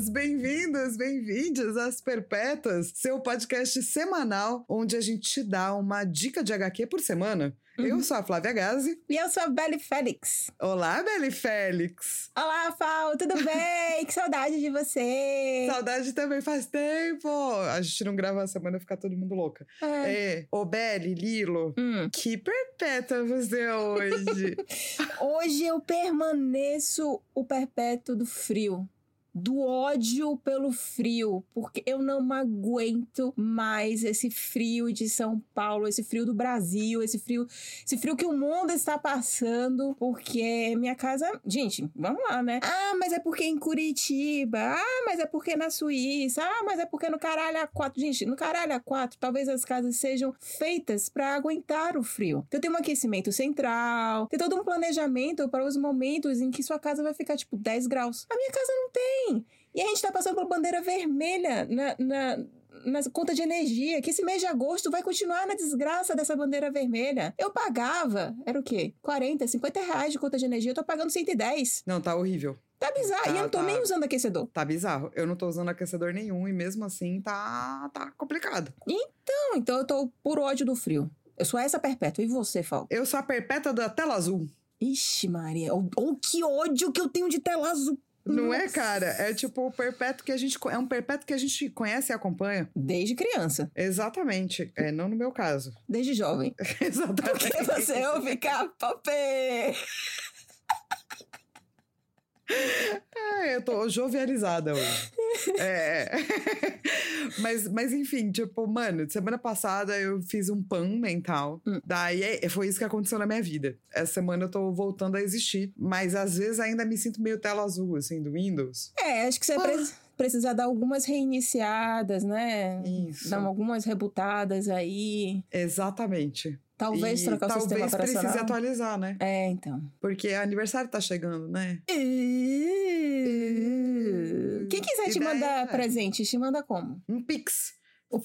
bem-vindos, bem-vindes às Perpétuas, seu podcast semanal onde a gente te dá uma dica de HQ por semana. Eu sou a Flávia Gazi. E eu sou a Beli Félix. Olá, Beli Félix. Olá, Fal, tudo bem? Que saudade de você. Saudade também, faz tempo. A gente não grava a semana, fica todo mundo louca. Ô, Beli, Lilo, que perpétua você é hoje? Hoje eu permaneço o perpétuo do frio. Do ódio pelo frio, porque eu não aguento mais esse frio de São Paulo, esse frio do Brasil, esse frio que o mundo está passando, porque minha casa... Gente, vamos lá, né? Ah, mas é porque em Curitiba, mas é porque na Suíça, mas é porque no caralho A4. Gente, no caralho A4, talvez as casas sejam feitas para aguentar o frio. Então tem um aquecimento central, tem todo um planejamento para os momentos em que sua casa vai ficar tipo 10 graus. A minha casa não tem. E a gente tá passando por bandeira vermelha na conta de energia, que esse mês de agosto vai continuar na desgraça dessa bandeira vermelha. Eu pagava, era o quê? 40, 50 reais de conta de energia, eu tô pagando 110. Não, tá horrível. Tá bizarro, e eu não tô nem usando aquecedor. Tá bizarro, eu não tô usando aquecedor nenhum e mesmo assim tá complicado. Então eu tô por ódio do frio. Eu sou essa perpétua, e você, Fal? Eu sou a perpétua da tela azul. Ixi, Maria, que ódio que eu tenho de tela azul. Não Nossa. É, cara? É tipo o perpétuo que a gente... É um perpétuo que a gente conhece e acompanha. Desde criança. Exatamente. Não no meu caso. Desde jovem. Exatamente. Porque você ouve K-pop. Eu tô jovializada hoje. Mas enfim, tipo, mano, semana passada eu fiz um pan mental. Daí foi isso que aconteceu na minha vida. Essa semana eu tô voltando a existir. Mas às vezes ainda me sinto meio tela azul, assim, do Windows. Acho que você precisa dar algumas reiniciadas, né? Isso. Dar algumas rebutadas aí. Exatem Talvez trocar o sistema operacional. Talvez precise atualizar, né? Então. Porque aniversário tá chegando, né? Quem quiser te mandar presente, te manda como? Um Pix.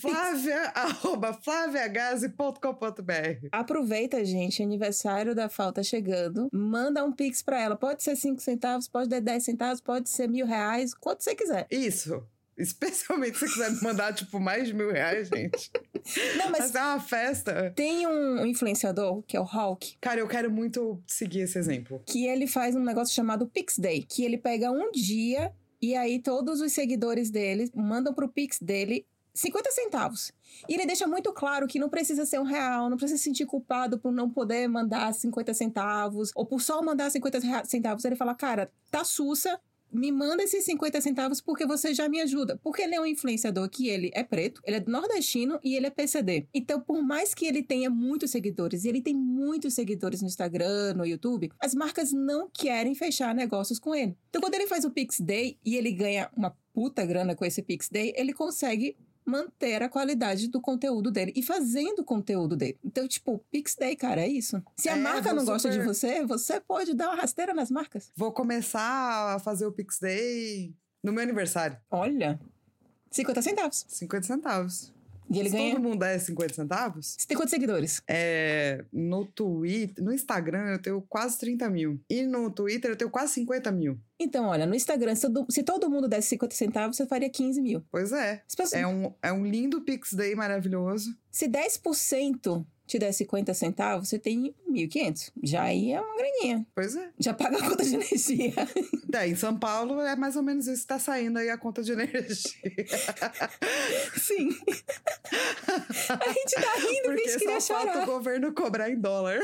Flávia@flaviagazi.com.br. Aproveita, gente, aniversário da Fal tá chegando. Manda um Pix pra ela. Pode ser 5 centavos, pode ser 10 centavos, pode ser R$1.000, quanto você quiser. Isso. Especialmente se você quiser me mandar, tipo, mais de R$1.000, gente. Não, mas é uma festa. Tem um influenciador, que é o Hulk. Cara, eu quero muito seguir esse exemplo. Que ele faz um negócio chamado Pix Day. Que ele pega um dia e aí todos os seguidores dele mandam pro Pix dele 50 centavos. E ele deixa muito claro que não precisa ser R$1, não precisa se sentir culpado por não poder mandar 50 centavos. Ou por só mandar 50 centavos. Ele fala, cara, tá sussa. Me manda esses 50 centavos porque você já me ajuda. Porque ele é um influenciador que ele é preto, ele é nordestino e ele é PCD. Então, por mais que ele tenha muitos seguidores, e ele tem muitos seguidores no Instagram, no YouTube, as marcas não querem fechar negócios com ele. Então, quando ele faz o Pix Day e ele ganha uma puta grana com esse Pix Day, ele consegue manter a qualidade do conteúdo dele e fazendo o conteúdo dele. Então, tipo, Pix Day, cara, é isso. Se a marca não gosta de você, você pode dar uma rasteira nas marcas. Vou começar a fazer o Pix Day no meu aniversário. Olha, 50 centavos. 50 centavos. E ele ganha... todo mundo der 50 centavos... Você tem quantos seguidores? No Twitter... No Instagram eu tenho quase 30 mil. E no Twitter eu tenho quase 50 mil. Então, olha, no Instagram, se todo mundo desse 50 centavos, você faria 15 mil. Pois é. É um lindo Pix Day maravilhoso. Se 10% te der 50 centavos, você tem 1.500. Já aí é uma graninha. Pois é. Já paga a conta de energia. Em São Paulo é mais ou menos isso que tá saindo aí a conta de energia. Sim. A gente tá rindo porque a gente queria chorar. Porque só falta o governo cobrar em dólar.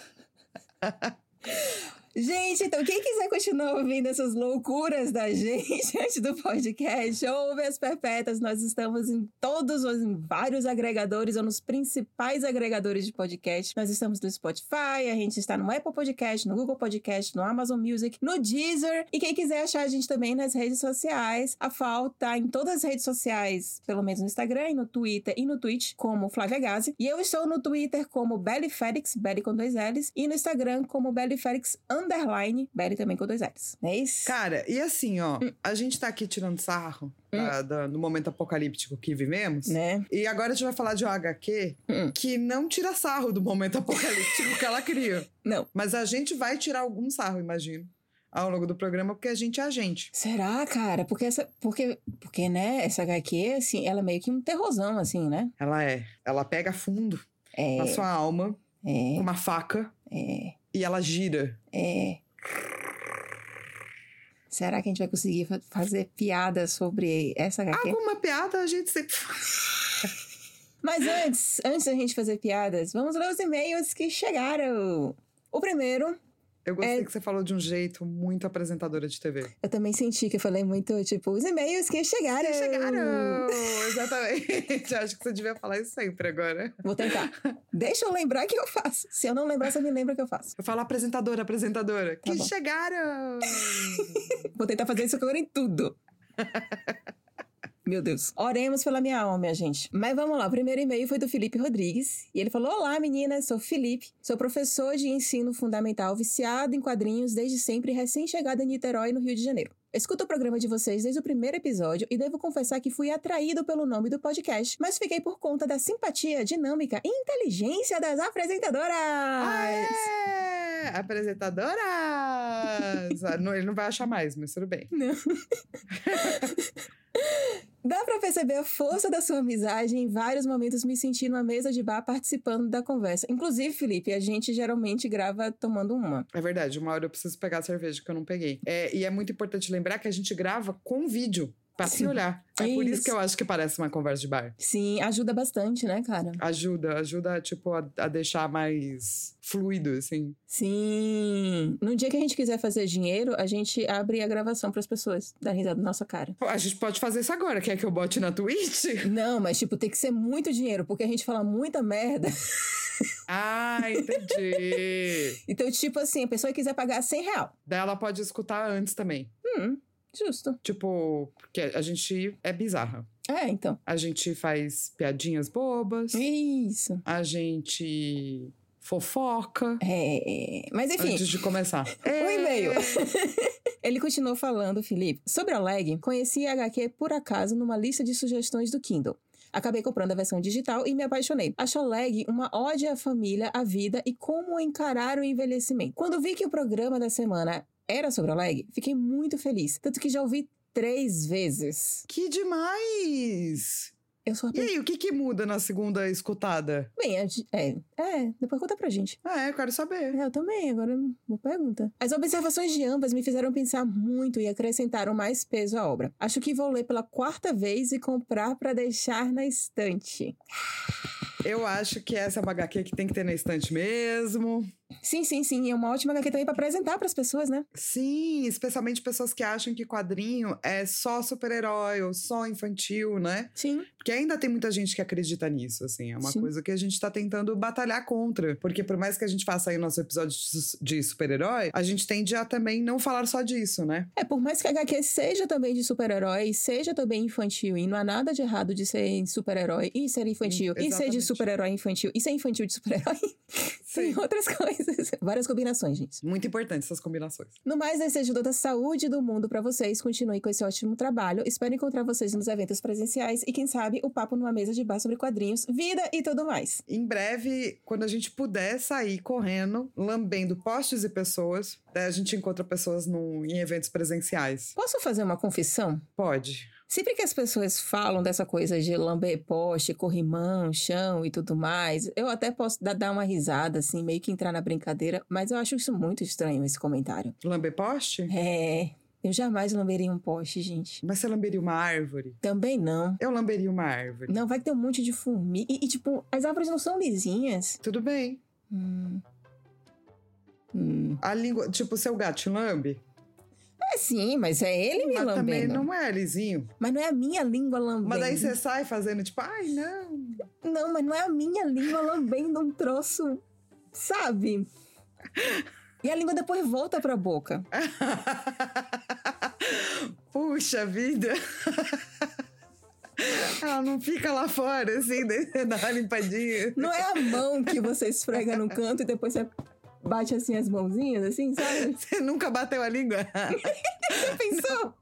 Gente, então quem quiser continuar ouvindo essas loucuras da gente antes do podcast, ouve as Perpétuas. Nós estamos em vários agregadores ou nos principais agregadores de podcast. Nós estamos no Spotify, a gente está no Apple Podcast, no Google Podcast, no Amazon Music, no Deezer. E quem quiser achar a gente também nas redes sociais, a Fal tá em todas as redes sociais, pelo menos no Instagram, e no Twitter e no Twitch, como Flávia Gazi. E eu estou no Twitter como Beli Félix, Beli com 2 L's, e no Instagram como Beli Félix _ Beli também com 2 L's. É isso? Cara, e assim, ó, a gente tá aqui tirando sarro do momento apocalíptico que vivemos, né? E agora a gente vai falar de um HQ que não tira sarro do momento apocalíptico que ela cria. Não. Mas a gente vai tirar algum sarro, imagino. ao longo do programa, porque a gente é a gente. Será, cara? Porque, né, essa HQ, assim, ela é meio que um terrorzão, assim, né? Ela pega fundo na sua alma, com uma faca, e ela gira. Será que a gente vai conseguir fazer piada sobre essa HQ? Alguma piada a gente sempre... Mas antes da gente fazer piadas, vamos ler os e-mails que chegaram. O primeiro... Eu gostei que você falou de um jeito muito apresentadora de TV. Eu também senti que eu falei muito, tipo, os e-mails que chegaram. Que chegaram! Exatamente. Acho que você devia falar isso sempre agora. Vou tentar. Deixa eu lembrar que eu faço. Se eu não lembrar, você me lembra que eu faço. Eu falo apresentadora. Tá que bom. Chegaram! Vou tentar fazer isso agora em tudo. Meu Deus. Oremos pela minha alma, minha gente. Mas vamos lá. O primeiro e-mail foi do Felipe Rodrigues. E ele falou: olá, meninas. Sou Felipe. Sou professor de ensino fundamental viciado em quadrinhos desde sempre, recém-chegado em Niterói, no Rio de Janeiro. Escuto o programa de vocês desde o primeiro episódio e devo confessar que fui atraído pelo nome do podcast, mas fiquei por conta da simpatia, dinâmica e inteligência das apresentadoras. Apresentadoras! Ele não vai achar mais, mas tudo bem. Não. Dá pra perceber a força da sua amizade. Em vários momentos me senti numa mesa de bar participando da conversa. Inclusive, Felipe, a gente geralmente grava tomando uma. É verdade, uma hora eu preciso pegar a cerveja que eu não peguei. E é muito importante lembrar que a gente grava com vídeo. Pra se olhar. É por isso que eu acho que parece uma conversa de bar. Sim, ajuda bastante, né, cara? Ajuda tipo, a deixar mais fluido, assim. Sim. No dia que a gente quiser fazer dinheiro, a gente abre a gravação pras pessoas dar risada na nossa cara. A gente pode fazer isso agora. Quer que eu bote na Twitch? Não, mas tipo, tem que ser muito dinheiro, porque a gente fala muita merda. Ah, entendi. Então, tipo assim, a pessoa quiser pagar R$100. Daí ela pode escutar antes também. Justo. Tipo, porque a gente é bizarra. Então. A gente faz piadinhas bobas. Isso. A gente fofoca. Mas enfim. Antes de começar. O e-mail. Ele continuou falando, Felipe. Sobre a Leg, conheci a HQ por acaso numa lista de sugestões do Kindle. Acabei comprando a versão digital e me apaixonei. Acho a Leg uma ode à família, à vida e como encarar o envelhecimento. Quando vi que o programa da semana era sobre a Leg, fiquei muito feliz. Tanto que já ouvi 3 vezes. Que demais! Eu sou E aí, o que muda na segunda escutada? Bem, depois conta pra gente. Eu quero saber. Eu também, agora uma pergunta. As observações de ambas me fizeram pensar muito e acrescentaram mais peso à obra. Acho que vou ler pela 4ª vez e comprar pra deixar na estante. Eu acho que essa é uma HQ que tem que ter na estante mesmo. Sim. É uma ótima HQ também pra apresentar pras pessoas, né? Sim, especialmente pessoas que acham que quadrinho é só super-herói ou só infantil, né? Sim. Porque ainda tem muita gente que acredita nisso, assim. É uma coisa que a gente tá tentando batalhar contra. Porque por mais que a gente faça aí o nosso episódio de super-herói, a gente tende a também não falar só disso, né? Por mais que a HQ seja também de super-herói, seja também infantil, e não há nada de errado de ser super-herói e ser infantil, e ser de super-herói infantil, e ser infantil de super-herói. Tem outras coisas. Várias combinações, gente. Muito importante essas combinações. No mais, desejo toda a saúde do mundo pra vocês. Continue com esse ótimo trabalho. Espero encontrar vocês nos eventos presenciais e, quem sabe, o papo numa mesa de bar sobre quadrinhos, vida e tudo mais. Em breve, quando a gente puder sair correndo, lambendo postes e pessoas, a gente encontra pessoas em eventos presenciais. Posso fazer uma confissão? Pode. Sempre que as pessoas falam dessa coisa de lamber poste, corrimão, chão e tudo mais, eu até posso dar uma risada, assim, meio que entrar na brincadeira, mas eu acho isso muito estranho, esse comentário. Lamber poste? Eu jamais lamberia um poste, gente. Mas você lamberia uma árvore? Também não. Eu lamberia uma árvore. Não, vai ter um monte de formiga. E, tipo, as árvores não são lisinhas. Tudo bem. A língua, tipo, seu gato te lambe? Sim, mas é ele me lambendo. Também não é lisinho. Mas não é a minha língua lambendo. Mas daí você sai fazendo tipo, ai, não. Não, mas não é a minha língua lambendo um troço, sabe? E a língua depois volta pra boca. Puxa vida. Ela não fica lá fora, assim, dá uma limpadinha. Não é a mão que você esfrega no canto e depois você bate assim as mãozinhas, assim, sabe? Você nunca bateu a língua? Você pensou?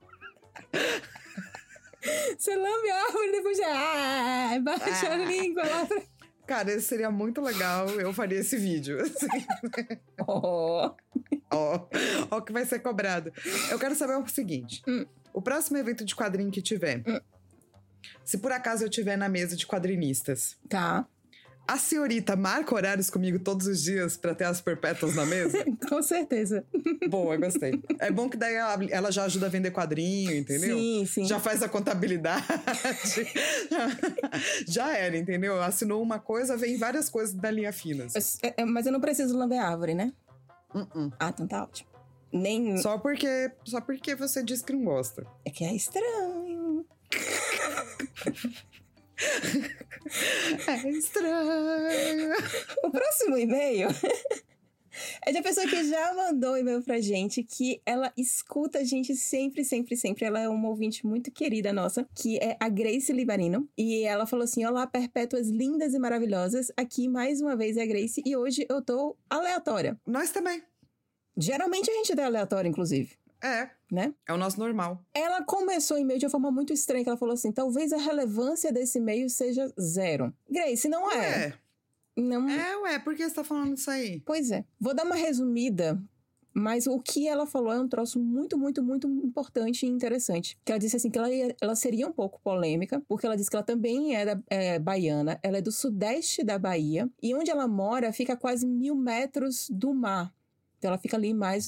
Você lambe a árvore e depois já bate a língua lá pra... Cara, isso seria muito legal. Eu faria esse vídeo. Assim. Ó o que vai ser cobrado. Eu quero saber o seguinte. O próximo evento de quadrinho que tiver, se por acaso eu tiver na mesa de quadrinistas, Tá. a senhorita marca horários comigo todos os dias pra ter as perpétuas na mesa? Com certeza. Boa, gostei. É bom que daí ela já ajuda a vender quadrinho, entendeu? Sim, sim. Já faz a contabilidade. Já era, entendeu? Assinou uma coisa, vem várias coisas da linha finas. Mas eu não preciso lamber árvore, né? Ah, então tá ótimo. Nem... Só porque você disse que não gosta. É que é estranho. É estranho. O próximo e-mail é de uma pessoa que já mandou um e-mail pra gente, que ela escuta a gente sempre, sempre, sempre. Ela é uma ouvinte muito querida nossa, que é a Grace Libarino. E ela falou assim: olá, perpétuas lindas e maravilhosas. Aqui mais uma vez é a Grace e hoje eu tô aleatória. Nós também. Geralmente a gente tá aleatória, inclusive. É. Né? É o nosso normal. Ela começou o e-mail de uma forma muito estranha, que ela falou assim: talvez a relevância desse e-mail seja 0. Grace, não é. Não... Por que você tá falando isso aí? Pois é. Vou dar uma resumida, mas o que ela falou é um troço muito, muito, muito importante e interessante. Que ela disse assim, que ela seria um pouco polêmica, porque ela disse que ela também é baiana, ela é do sudeste da Bahia, e onde ela mora fica a quase 1.000 metros do mar. Então, ela fica ali mais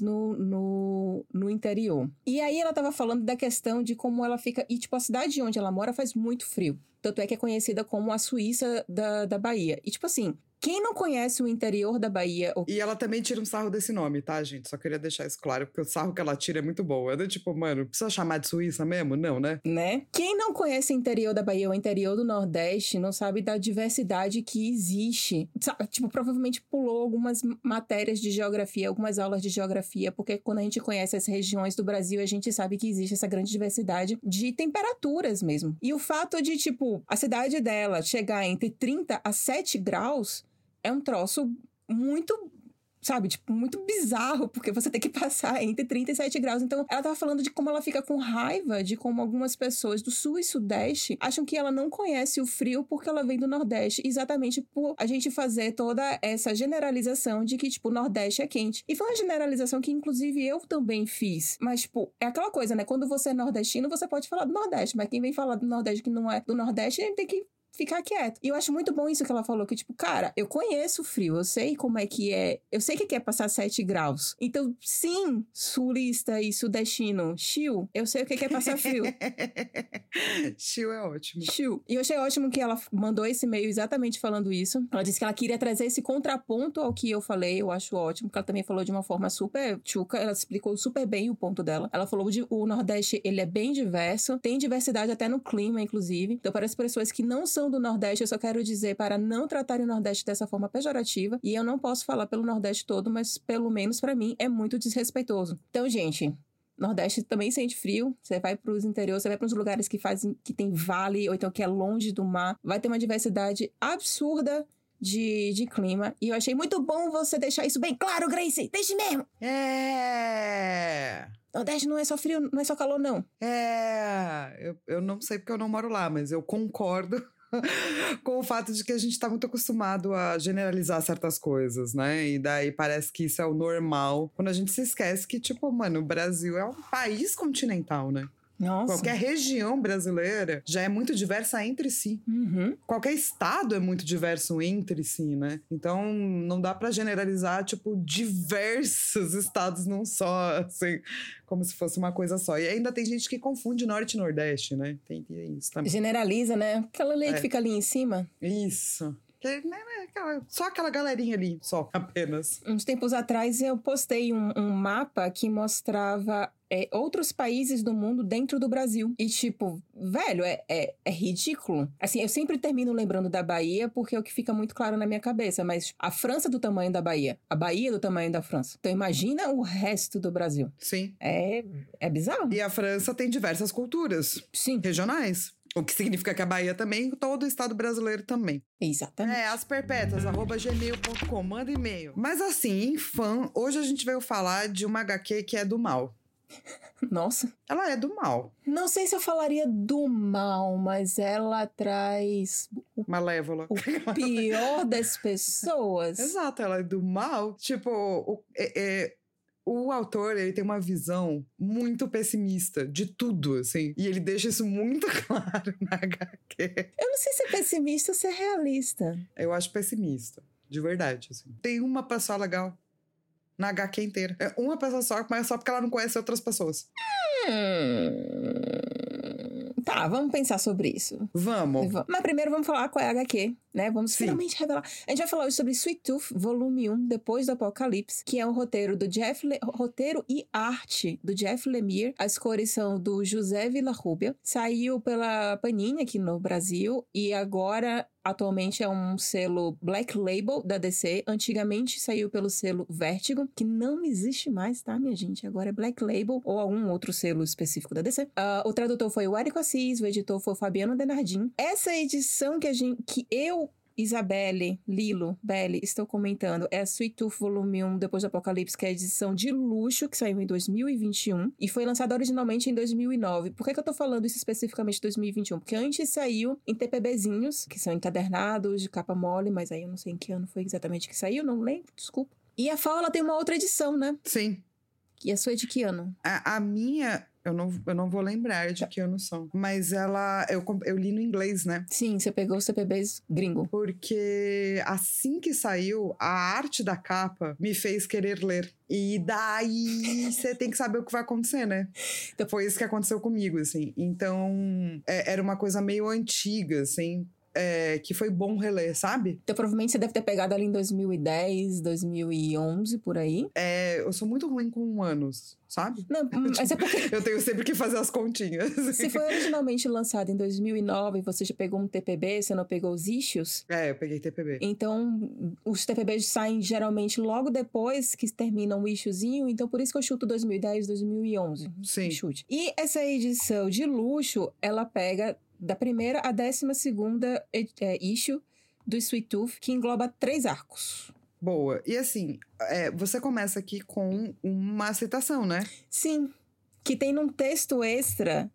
no interior. E aí, ela tava falando da questão de como ela fica... E, tipo, a cidade onde ela mora faz muito frio. Tanto é que é conhecida como a Suíça da Bahia. E, tipo assim... Quem não conhece o interior da Bahia... E ela também tira um sarro desse nome, tá, gente? Só queria deixar isso claro, porque o sarro que ela tira é muito bom. É do tipo, mano, precisa chamar de Suíça mesmo? Não, né? Né? Quem não conhece o interior da Bahia ou o interior do Nordeste não sabe da diversidade que existe. Sabe, tipo, provavelmente pulou algumas matérias de geografia, algumas aulas de geografia, porque quando a gente conhece as regiões do Brasil, a gente sabe que existe essa grande diversidade de temperaturas mesmo. E o fato de, tipo, a cidade dela chegar entre 30 a 7 graus... É um troço muito, sabe, tipo, muito bizarro, porque você tem que passar entre 37 graus. Então, ela tava falando de como ela fica com raiva de como algumas pessoas do sul e sudeste acham que ela não conhece o frio porque ela vem do Nordeste, exatamente por a gente fazer toda essa generalização de que, tipo, o Nordeste é quente. E foi uma generalização que, inclusive, eu também fiz. Mas, tipo, é aquela coisa, né? Quando você é nordestino, você pode falar do Nordeste, mas quem vem falar do Nordeste que não é do Nordeste, a gente tem que ficar quieto. E eu acho muito bom isso que ela falou, que tipo, cara, eu conheço o frio, eu sei como é que é, eu sei que é passar 7 graus. Então, sim, sulista e sudestino, chill, eu sei o que é passar frio. Chill é ótimo. Chill. E eu achei ótimo que ela mandou esse e-mail exatamente falando isso. Ela disse que ela queria trazer esse contraponto ao que eu falei, eu acho ótimo, porque ela também falou de uma forma super tchuca, ela explicou super bem o ponto dela. Ela falou que o Nordeste, ele é bem diverso, tem diversidade até no clima, inclusive. Então, para as pessoas que não são do Nordeste, eu só quero dizer para não tratarem o Nordeste dessa forma pejorativa, e eu não posso falar pelo Nordeste todo, mas pelo menos para mim é muito desrespeitoso. Então, gente, Nordeste também sente frio, você vai para os interiores, você vai para uns lugares que tem vale, ou então que é longe do mar, vai ter uma diversidade absurda de clima, e eu achei muito bom você deixar isso bem claro, Grace, deixe mesmo! Nordeste não é só frio, não é só calor, não. Eu não sei porque eu não moro lá, mas eu concordo com o fato de que a gente tá muito acostumado a generalizar certas coisas, né? E daí parece que isso é o normal, quando a gente se esquece que, tipo, mano, o Brasil é um país continental, né? Nossa. Qualquer região brasileira já é muito diversa entre si. Uhum. Qualquer estado é muito diverso entre si, né? Então, não dá pra generalizar, tipo, diversos estados num só, assim, como se fosse uma coisa só. E ainda tem gente que confunde Norte e Nordeste, né? Tem isso também. Generaliza, né? Aquela lei que fica ali em cima. Isso. Só aquela galerinha ali, só, apenas. Uns tempos atrás eu postei um mapa que mostrava outros países do mundo dentro do Brasil. E tipo, velho, é ridículo. Assim, eu sempre termino lembrando da Bahia porque é o que fica muito claro na minha cabeça, mas a França é do tamanho da Bahia, a Bahia é do tamanho da França. Então imagina o resto do Brasil. Sim. É bizarro. E a França tem diversas culturas. Sim. Regionais. O que significa que a Bahia também, todo o estado brasileiro também. Exatamente. asperpetas@gmail.com, manda e-mail. Mas assim, em fã, hoje a gente veio falar de uma HQ que é do mal. Nossa. Ela é do mal. Não sei se eu falaria do mal, mas ela traz Malévola. o pior das pessoas. Exato, ela é do mal. Tipo, o autor, ele tem uma visão muito pessimista de tudo, assim. E ele deixa isso muito claro na HQ. Eu não sei se é pessimista ou se é realista. Eu acho pessimista, de verdade, assim. Tem uma pessoa legal na HQ inteira. É uma pessoa só, mas só porque ela não conhece outras pessoas. Tá, vamos pensar sobre isso. Vamos. Mas primeiro vamos falar qual é a HQ, né? Vamos Sim. finalmente revelar. A gente vai falar hoje sobre Sweet Tooth, volume 1, Depois do Apocalipse, que é o roteiro do roteiro e arte do Jeff Lemire. As cores são do José Villarrubia. Saiu pela Panini aqui no Brasil e agora... Atualmente é um selo Black Label da DC. Antigamente saiu pelo selo Vertigo, que não existe mais, tá, minha gente? Agora é Black Label ou algum outro selo específico da DC. O tradutor foi o Érico Assis, o editor foi o Fabiano Denardim. Essa edição que eu... Isabelle, Lilo, Belly, estou comentando, é a Sweet Tooth Volume 1 Depois do Apocalipse, que é a edição de luxo, que saiu em 2021 e foi lançada originalmente em 2009. Por que eu tô falando isso especificamente em 2021? Porque antes saiu em TPBzinhos, que são encadernados, de capa mole, mas aí eu não sei em que ano foi exatamente que saiu, não lembro, desculpa. E a FAO, ela tem uma outra edição, né? Sim. E a sua é de que ano? A minha... Eu não vou lembrar de que ano são. Mas ela... Eu li no inglês, né? Sim, você pegou os CPBs gringo. Porque assim que saiu, a arte da capa me fez querer ler. E daí você tem que saber o que vai acontecer, né? Então, foi isso que aconteceu comigo, assim. Então, era uma coisa meio antiga, assim... que foi bom reler, sabe? Então, provavelmente você deve ter pegado ali em 2010, 2011, por aí. Eu sou muito ruim com anos, sabe? Não, mas é porque... Eu tenho sempre que fazer as continhas. Se foi originalmente lançado em 2009 e você já pegou um TPB, você não pegou os issues? Eu peguei TPB. Então, os TPBs saem geralmente logo depois que terminam o issuezinho, então por isso que eu chuto 2010, 2011. Sim. Chute. E essa edição de luxo, ela pega... da primeira à 12ª issue do Sweet Tooth, que engloba 3 arcos. Boa. E assim, você começa aqui com uma citação, né? Sim, que tem num texto extra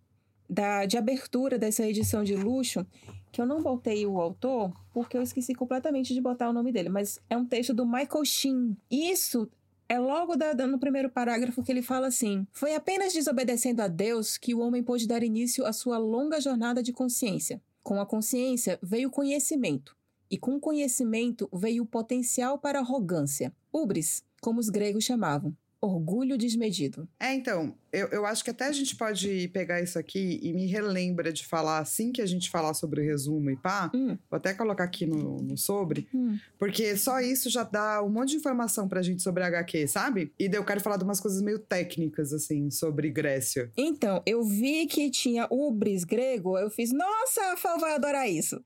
de abertura dessa edição de luxo, que eu não botei o autor, porque eu esqueci completamente de botar o nome dele, mas é um texto do Michael Sheen. Isso... é logo no primeiro parágrafo que ele fala assim: foi apenas desobedecendo a Deus que o homem pôde dar início à sua longa jornada de consciência. Com a consciência veio o conhecimento, e com o conhecimento veio o potencial para a arrogância. Ubris, como os gregos chamavam. Orgulho desmedido. Então, eu acho que até a gente pode pegar isso aqui e me relembra de falar assim que a gente falar sobre o resumo e pá. Vou até colocar aqui no sobre. Porque só isso já dá um monte de informação pra gente sobre a HQ, sabe? E daí eu quero falar de umas coisas meio técnicas, assim, sobre Grécia. Então, eu vi que tinha ubris grego, eu fiz, nossa, a Fal vai adorar isso.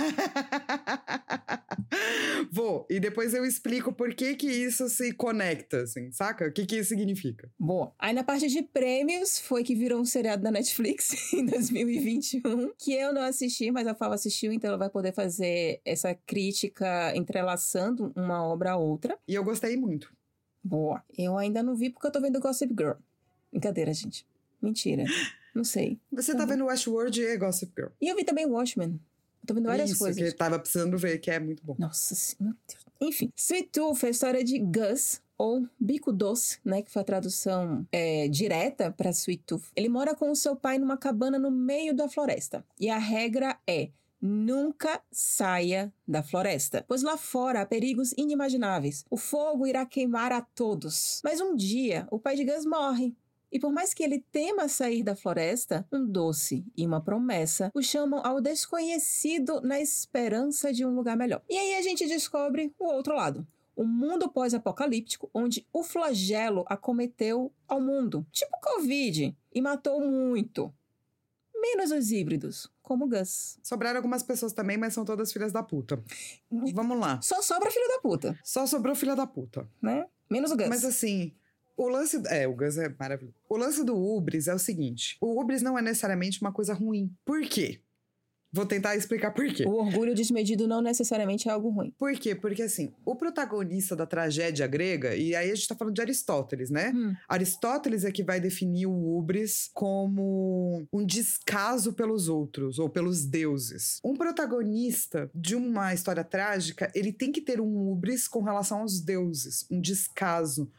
Vou. E depois eu explico por que isso se conecta, assim, saca? O que isso significa. Boa. Aí na parte de prêmios, foi que virou um seriado da Netflix em 2021, que eu não assisti, mas a Fal assistiu, então ela vai poder fazer essa crítica entrelaçando uma obra a outra. E eu gostei muito. Boa. Eu ainda não vi porque eu tô vendo Gossip Girl. Brincadeira, gente. Mentira. Não sei. Você tá vendo Westworld e Gossip Girl. E eu vi também Watchmen. Tô vendo várias coisas. Isso, que tava precisando ver, que é muito bom. Nossa, meu Deus. Enfim, Sweet Tooth é a história de Gus, ou Bico Doce, né, que foi a tradução direta para Sweet Tooth. Ele mora com o seu pai numa cabana no meio da floresta. E a regra é: nunca saia da floresta, pois lá fora há perigos inimagináveis. O fogo irá queimar a todos. Mas um dia, o pai de Gus morre. E por mais que ele tema sair da floresta, um doce e uma promessa o chamam ao desconhecido na esperança de um lugar melhor. E aí a gente descobre o outro lado. Um mundo pós-apocalíptico onde o flagelo acometeu ao mundo, tipo Covid, e matou muito. Menos os híbridos, como Gus. Sobraram algumas pessoas também, mas são todas filhas da puta. Vamos lá. Só sobra filho da puta. Só sobrou filha da puta. Né? Menos o Gus. Mas assim... O lance... o Gus é maravilhoso. O lance do Ubris é o seguinte. O Ubris não é necessariamente uma coisa ruim. Por quê? Vou tentar explicar por quê. O orgulho desmedido não necessariamente é algo ruim. Por quê? Porque, assim, o protagonista da tragédia grega... E aí a gente tá falando de Aristóteles, né? Aristóteles é que vai definir o Ubris como um descaso pelos outros, ou pelos deuses. Um protagonista de uma história trágica, ele tem que ter um Ubris com relação aos deuses. Um descaso,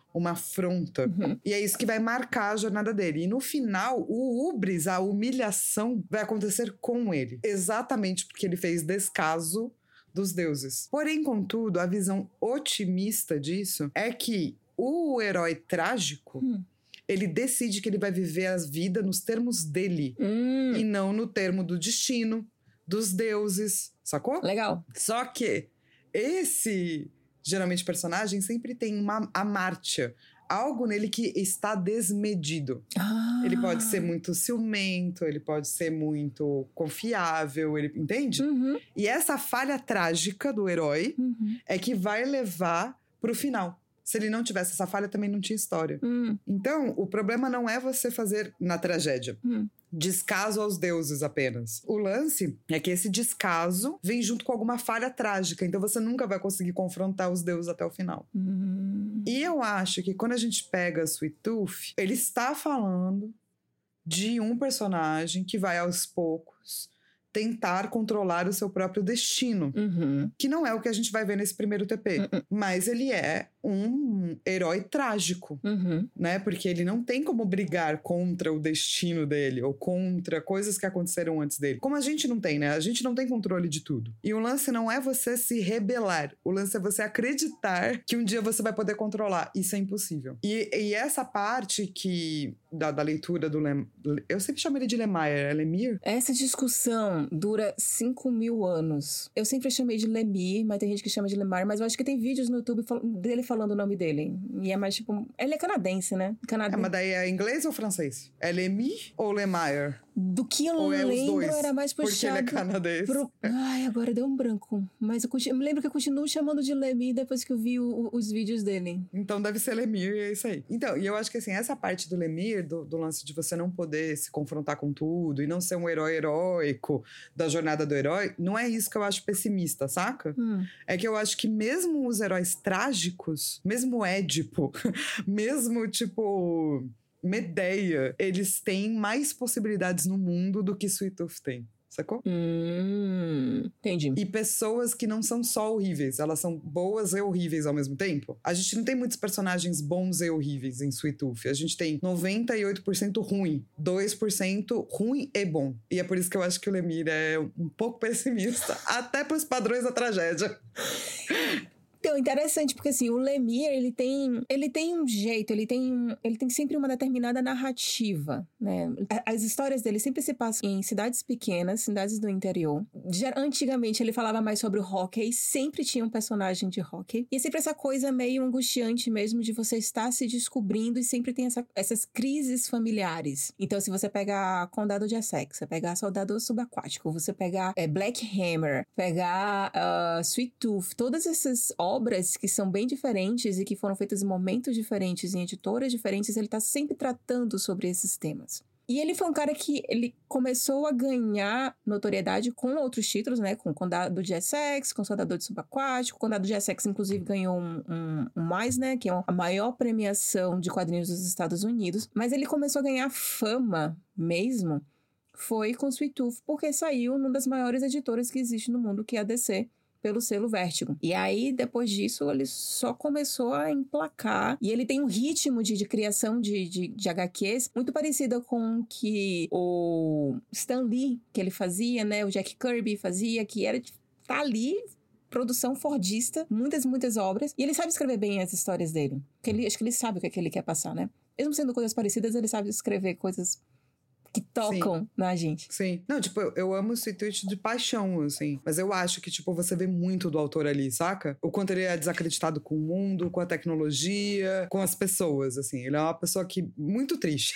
uma afronta. E é isso que vai marcar a jornada dele. E no final, o hubris, a humilhação, vai acontecer com ele. Exatamente porque ele fez descaso dos deuses. Porém, contudo, a visão otimista disso é que o herói trágico, ele decide que ele vai viver a vida nos termos dele. E não no termo do destino, dos deuses. Sacou? Legal. Só que esse, geralmente, personagem sempre tem uma amártia. Algo nele que está desmedido. Ele pode ser muito ciumento, ele pode ser muito confiável, ele entende? E essa falha trágica do herói é que vai levar pro final. Se ele não tivesse essa falha, também não tinha história. Então, o problema não é você fazer na tragédia descaso aos deuses apenas. O lance é que esse descaso vem junto com alguma falha trágica. Então você nunca vai conseguir confrontar os deuses até o final. E eu acho que quando a gente pega Sweet Tooth, ele está falando de um personagem que vai aos poucos tentar controlar o seu próprio destino. Que não é o que a gente vai ver nesse primeiro TP. Mas ele é um herói trágico, né? Porque ele não tem como brigar contra o destino dele ou contra coisas que aconteceram antes dele. Como a gente não tem, né? A gente não tem controle de tudo. E o lance não é você se rebelar. O lance é você acreditar que um dia você vai poder controlar. Isso é impossível. E essa parte que da leitura do eu sempre chamo ele de Lemire. É Lemire? Essa discussão dura 5.000 anos. Eu sempre chamei de Lemire, mas tem gente que chama de Lemire, mas eu acho que tem vídeos no YouTube dele falando o nome dele. E é mais tipo... Ele é canadense, né? Mas daí é inglês ou francês? É Lemire ou Lemire? Do que eu lembro, era mais puxado... Porque ele é canadense. Ai, agora deu um branco. Mas eu me lembro que eu continuo chamando de Lemire depois que eu vi os vídeos dele. Então deve ser Lemire e é isso aí. Então, e eu acho que assim, essa parte do Lemire, do lance de você não poder se confrontar com tudo e não ser um herói heróico da jornada do herói, não é isso que eu acho pessimista, saca? É que eu acho que mesmo os heróis trágicos, mesmo Édipo, mesmo tipo... Medeia, eles têm mais possibilidades no mundo do que Sweet Tooth tem. Sacou? Entendi. E pessoas que não são só horríveis, elas são boas e horríveis ao mesmo tempo. A gente não tem muitos personagens bons e horríveis em Sweet Tooth. A gente tem 98% ruim, 2% ruim e bom. E é por isso que eu acho que o Lemire é um pouco pessimista, até pros padrões da tragédia. Então, interessante, porque assim, o Lemire, ele tem um jeito, ele tem sempre uma determinada narrativa, né? As histórias dele sempre se passam em cidades pequenas, cidades do interior. Antigamente, ele falava mais sobre o hockey, sempre tinha um personagem de hockey. E é sempre essa coisa meio angustiante mesmo de você estar se descobrindo e sempre tem essas crises familiares. Então, se você pegar Condado de Essex, você pegar Soldado Subaquático, você pegar Black Hammer, pegar Sweet Tooth, todas essas obras que são bem diferentes e que foram feitas em momentos diferentes, em editoras diferentes, ele tá sempre tratando sobre esses temas. E ele foi um cara que ele começou a ganhar notoriedade com outros títulos, né? Com o Condado de Essex, com o Soldado de Subaquático. O Condado de Essex, inclusive, ganhou um Eisner, que é a maior premiação de quadrinhos dos Estados Unidos. Mas ele começou a ganhar fama mesmo, foi com Sweet Tooth, porque saiu numa das maiores editoras que existe no mundo, que é a DC, pelo selo Vértigo. E aí, depois disso, ele só começou a emplacar. E ele tem um ritmo de criação de HQs muito parecida com o que o Stan Lee, que ele fazia, né? O Jack Kirby fazia, que era tá ali, produção fordista, muitas obras. E ele sabe escrever bem as histórias dele. Porque acho que ele sabe o que é que ele quer passar, né? Mesmo sendo coisas parecidas, ele sabe escrever coisas que tocam na gente. Sim. Não, tipo, eu amo o Sweet Tooth de paixão, assim. Mas eu acho que, tipo, você vê muito do autor ali, saca? O quanto ele é desacreditado com o mundo, com a tecnologia, com as pessoas, assim. Ele é uma pessoa que... muito triste.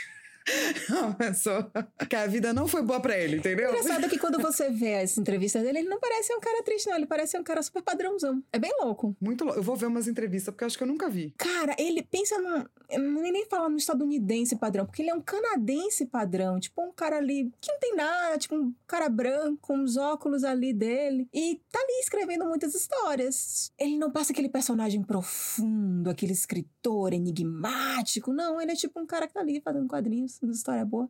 Uma pessoa que a vida não foi boa pra ele, entendeu? Engraçado que quando você vê as entrevistas dele, ele não parece um cara triste, não. Ele parece um cara super padrãozão. É bem louco. Muito louco. Eu vou ver umas entrevistas, porque eu acho que eu nunca vi. Cara, ele pensa não nem falar no estadunidense padrão, porque ele é um canadense padrão. Tipo, um cara ali que não tem nada, tipo, um cara branco, com os óculos ali dele. E tá ali escrevendo muitas histórias. Ele não passa aquele personagem profundo, aquele escritor enigmático. Não, ele é tipo um cara que tá ali fazendo quadrinhos. História boa.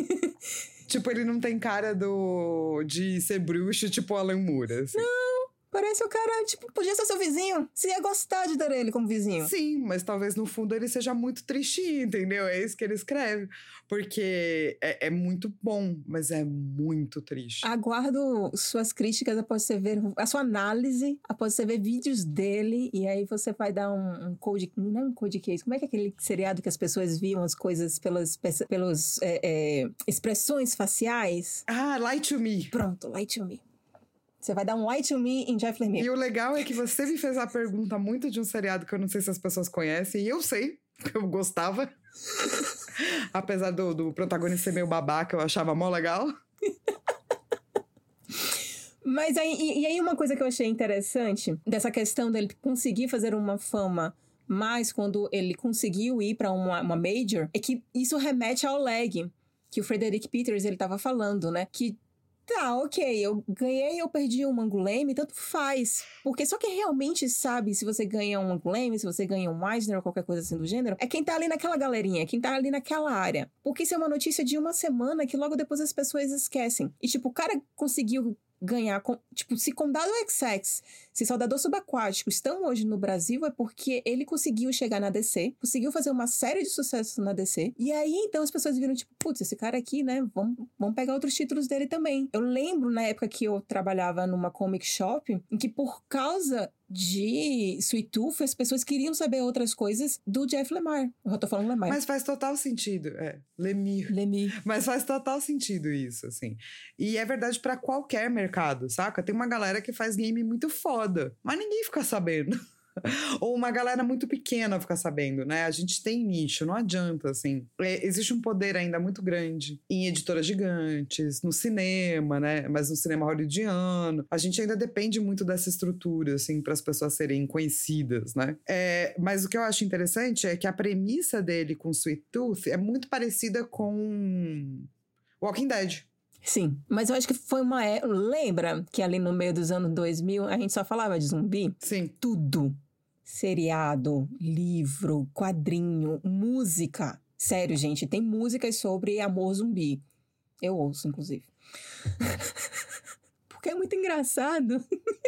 Tipo, ele não tem cara de ser bruxo, tipo Alan Moore, assim. Não, Parece o cara, tipo, podia ser seu vizinho. Você ia gostar de ter ele como vizinho. Sim, mas talvez no fundo ele seja muito tristinho, entendeu? É isso que ele escreve. Porque é muito bom, mas é muito triste. Aguardo suas críticas após você ver a sua análise, após você ver vídeos dele, e aí você vai dar um code... Não é um code case. Como é que é aquele seriado que as pessoas viam as coisas pelas expressões faciais? Ah, Lie to Me. Pronto, Lie to Me. Você vai dar um Lie to Me em Jeff Lemire. E o legal é que você me fez a pergunta muito de um seriado que eu não sei se as pessoas conhecem, e eu sei, que eu gostava. Apesar do protagonista ser meio babaca, eu achava mó legal. Mas aí uma coisa que eu achei interessante dessa questão dele conseguir fazer uma fama mais quando ele conseguiu ir para uma major, é que isso remete ao lag que o Frederick Peters ele tava falando, né? Que tá, ok, eu ganhei, eu perdi um Angoulême, tanto faz. Porque só quem realmente sabe se você ganha um Angoulême, se você ganha um Eisner ou qualquer coisa assim do gênero, é quem tá ali naquela galerinha, quem tá ali naquela área. Porque isso é uma notícia de uma semana que logo depois as pessoas esquecem. E tipo, o cara conseguiu ganhar, tipo, se Condado XX, se Soldador Subaquático estão hoje no Brasil, é porque ele conseguiu chegar na DC, conseguiu fazer uma série de sucessos na DC, e aí então as pessoas viram, tipo, putz, esse cara aqui, né, vamos pegar outros títulos dele também. Eu lembro na época que eu trabalhava numa comic shop, em que por causa de Sweet Tooth, as pessoas queriam saber outras coisas do Jeff Lemire. Eu tô falando Lemire. Mas faz total sentido, Lemire. Mas faz total sentido isso, assim. E é verdade pra qualquer mercado, saca? Tem uma galera que faz game muito foda, mas ninguém fica sabendo. Ou uma galera muito pequena fica sabendo, né? A gente tem nicho, não adianta, assim. Existe um poder ainda muito grande em editoras gigantes, no cinema, né? Mas no cinema hollywoodiano. A gente ainda depende muito dessa estrutura, assim, para as pessoas serem conhecidas, né? Mas o que eu acho interessante é que a premissa dele com Sweet Tooth é muito parecida com Walking Dead. Sim, mas eu acho que foi uma... Lembra que ali no meio dos anos 2000 a gente só falava de zumbi? Sim. Tudo. Seriado, livro, quadrinho, música. Sério, gente, tem músicas sobre amor zumbi. Eu ouço, inclusive. Porque é muito engraçado.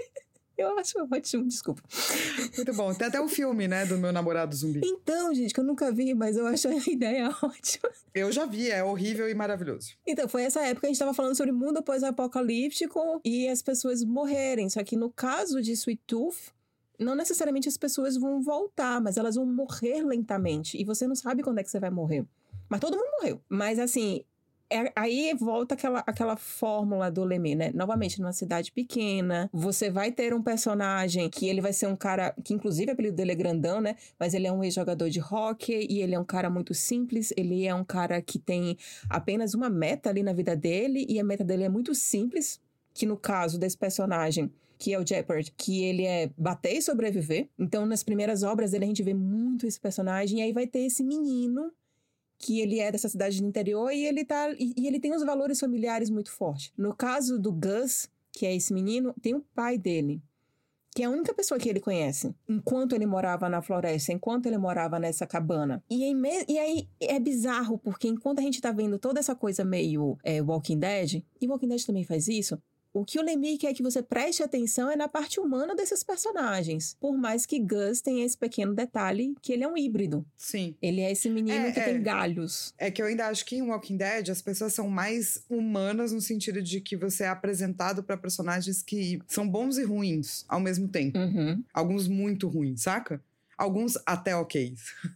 Eu acho ótimo, desculpa. Muito bom. Tem até um filme, né, do Meu Namorado Zumbi. Então, gente, que eu nunca vi, mas eu acho a ideia ótima. Eu já vi, é horrível e maravilhoso. Então, foi essa época que a gente tava falando sobre mundo pós-apocalíptico e as pessoas morrerem. Só que no caso de Sweet Tooth, não necessariamente as pessoas vão voltar, mas elas vão morrer lentamente. E você não sabe quando é que você vai morrer. Mas todo mundo morreu. Mas assim... aí volta aquela fórmula do Lemire, né? Novamente, numa cidade pequena, você vai ter um personagem que ele vai ser um cara, que inclusive o apelido dele é grandão, né? Mas ele é um ex-jogador de hóquei e ele é um cara muito simples, ele é um cara que tem apenas uma meta ali na vida dele e a meta dele é muito simples, que no caso desse personagem, que é o Jeopard, que ele é bater e sobreviver. Então, nas primeiras obras dele, a gente vê muito esse personagem, e aí vai ter esse menino que ele é dessa cidade do interior e ele tem os valores familiares muito fortes. No caso do Gus, que é esse menino, tem o pai dele, que é a única pessoa que ele conhece, enquanto ele morava na floresta, enquanto ele morava nessa cabana. E aí é bizarro, porque enquanto a gente tá vendo toda essa coisa meio Walking Dead, e Walking Dead também faz isso, o que o Lemire quer que você preste atenção é na parte humana desses personagens. Por mais que Gus tenha esse pequeno detalhe que ele é um híbrido. Sim. Ele é esse menino que tem galhos. É que eu ainda acho que em Walking Dead as pessoas são mais humanas no sentido de que você é apresentado pra personagens que são bons e ruins ao mesmo tempo. Uhum. Alguns muito ruins, saca? Alguns até ok.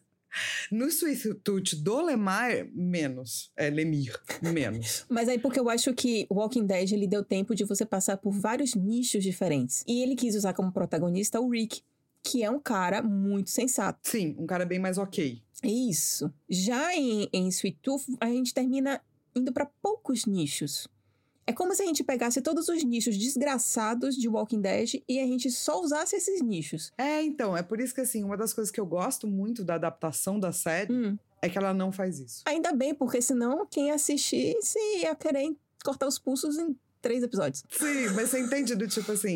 No Sweet Tooth do Lemire, menos. Lemire, menos. Mas aí porque eu acho que o Walking Dead, ele deu tempo de você passar por vários nichos diferentes. E ele quis usar como protagonista o Rick, que é um cara muito sensato. Sim, um cara bem mais ok. Isso. Já em Sweet Tooth, a gente termina indo pra poucos nichos. É como se a gente pegasse todos os nichos desgraçados de Walking Dead e a gente só usasse esses nichos. Então, é por isso que, assim, uma das coisas que eu gosto muito da adaptação da série é que ela não faz isso. Ainda bem, porque senão quem assistisse ia querer cortar os pulsos em 3 episódios. Sim, mas você entende do tipo assim...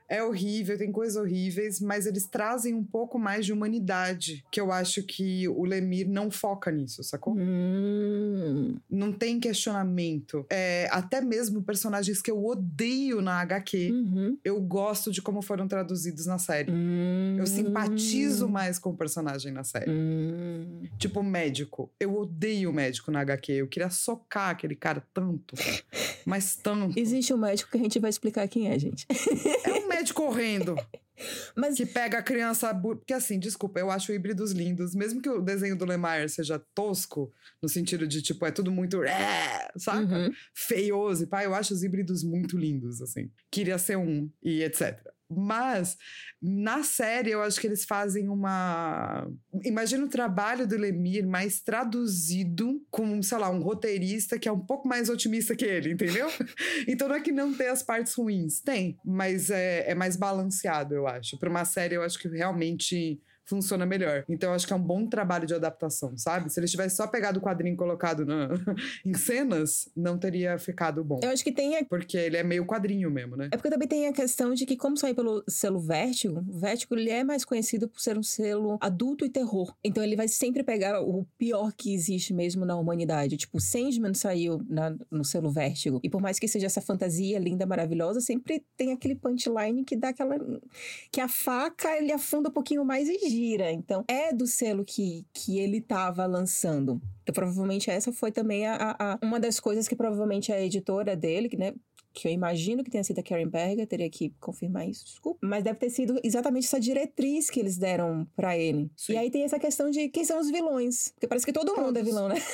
É horrível, tem coisas horríveis, mas eles trazem um pouco mais de humanidade, que eu acho que o Lemire não foca nisso, sacou? Não tem questionamento. Até mesmo personagens que eu odeio na HQ, eu gosto de como foram traduzidos na série. Eu simpatizo mais com o personagem na série. Tipo, médico. Eu odeio o médico na HQ. Eu queria socar aquele cara tanto. Mas tanto. Existe um médico que a gente vai explicar quem é, gente. É um médico correndo. Mas... que pega a criança... Porque assim, desculpa, eu acho híbridos lindos. Mesmo que o desenho do Lemire seja tosco, no sentido de, tipo, é tudo muito... saca? Feioso e pá. Eu acho os híbridos muito lindos, assim. Queria ser um e etc. Mas, na série, eu acho que eles fazem uma... Imagina o trabalho do Lemire mais traduzido com, sei lá, um roteirista que é um pouco mais otimista que ele, entendeu? Então não é que não tem as partes ruins. Tem, mas é mais balanceado, eu acho. Para uma série, eu acho que realmente... funciona melhor. Então eu acho que é um bom trabalho de adaptação, sabe? Se eles tivessem só pegado o quadrinho e colocado em cenas, não teria ficado bom. Eu acho que tem... Porque ele é meio quadrinho mesmo, né? É porque também tem a questão de que, como saiu pelo selo Vértigo, o Vértigo ele é mais conhecido por ser um selo adulto e terror. Então ele vai sempre pegar o pior que existe mesmo na humanidade. Tipo, Sandman saiu no selo Vértigo. E por mais que seja essa fantasia linda, maravilhosa, sempre tem aquele punchline que dá aquela... que a faca, ele afunda um pouquinho mais e gira. Então, é do selo que ele tava lançando. Então, provavelmente essa foi também uma das coisas que provavelmente a editora dele, né, que eu imagino que tenha sido a Karen Berger, teria que confirmar isso, desculpa. Mas deve ter sido exatamente essa diretriz que eles deram pra ele. Sim. E aí tem essa questão de quem são os vilões. Porque parece que todo mundo é vilão, né?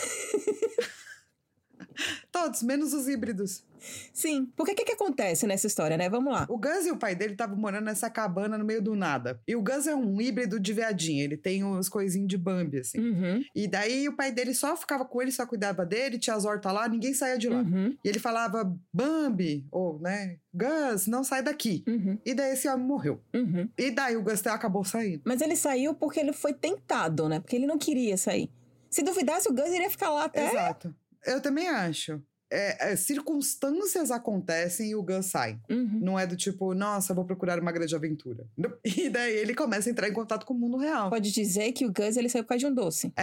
Todos, menos os híbridos. Sim. Porque o que acontece nessa história, né? Vamos lá. O Gus e o pai dele estavam morando nessa cabana no meio do nada. E o Gus é um híbrido de veadinho. Ele tem uns coisinhos de Bambi, assim. E daí o pai dele só ficava com ele, só cuidava dele, tinha as hortas lá, ninguém saía de lá. E ele falava, Bambi, ou, né, Gus, não sai daqui. E daí esse homem morreu. E daí o Gus acabou saindo. Mas ele saiu porque ele foi tentado, né? Porque ele não queria sair. Se duvidasse, o Gus iria ficar lá até... Exato. Eu também acho. Circunstâncias acontecem e o Gus sai. Não é do tipo, nossa, vou procurar uma grande aventura. E daí ele começa a entrar em contato com o mundo real. Pode dizer que o Gus, ele saiu por causa de um doce.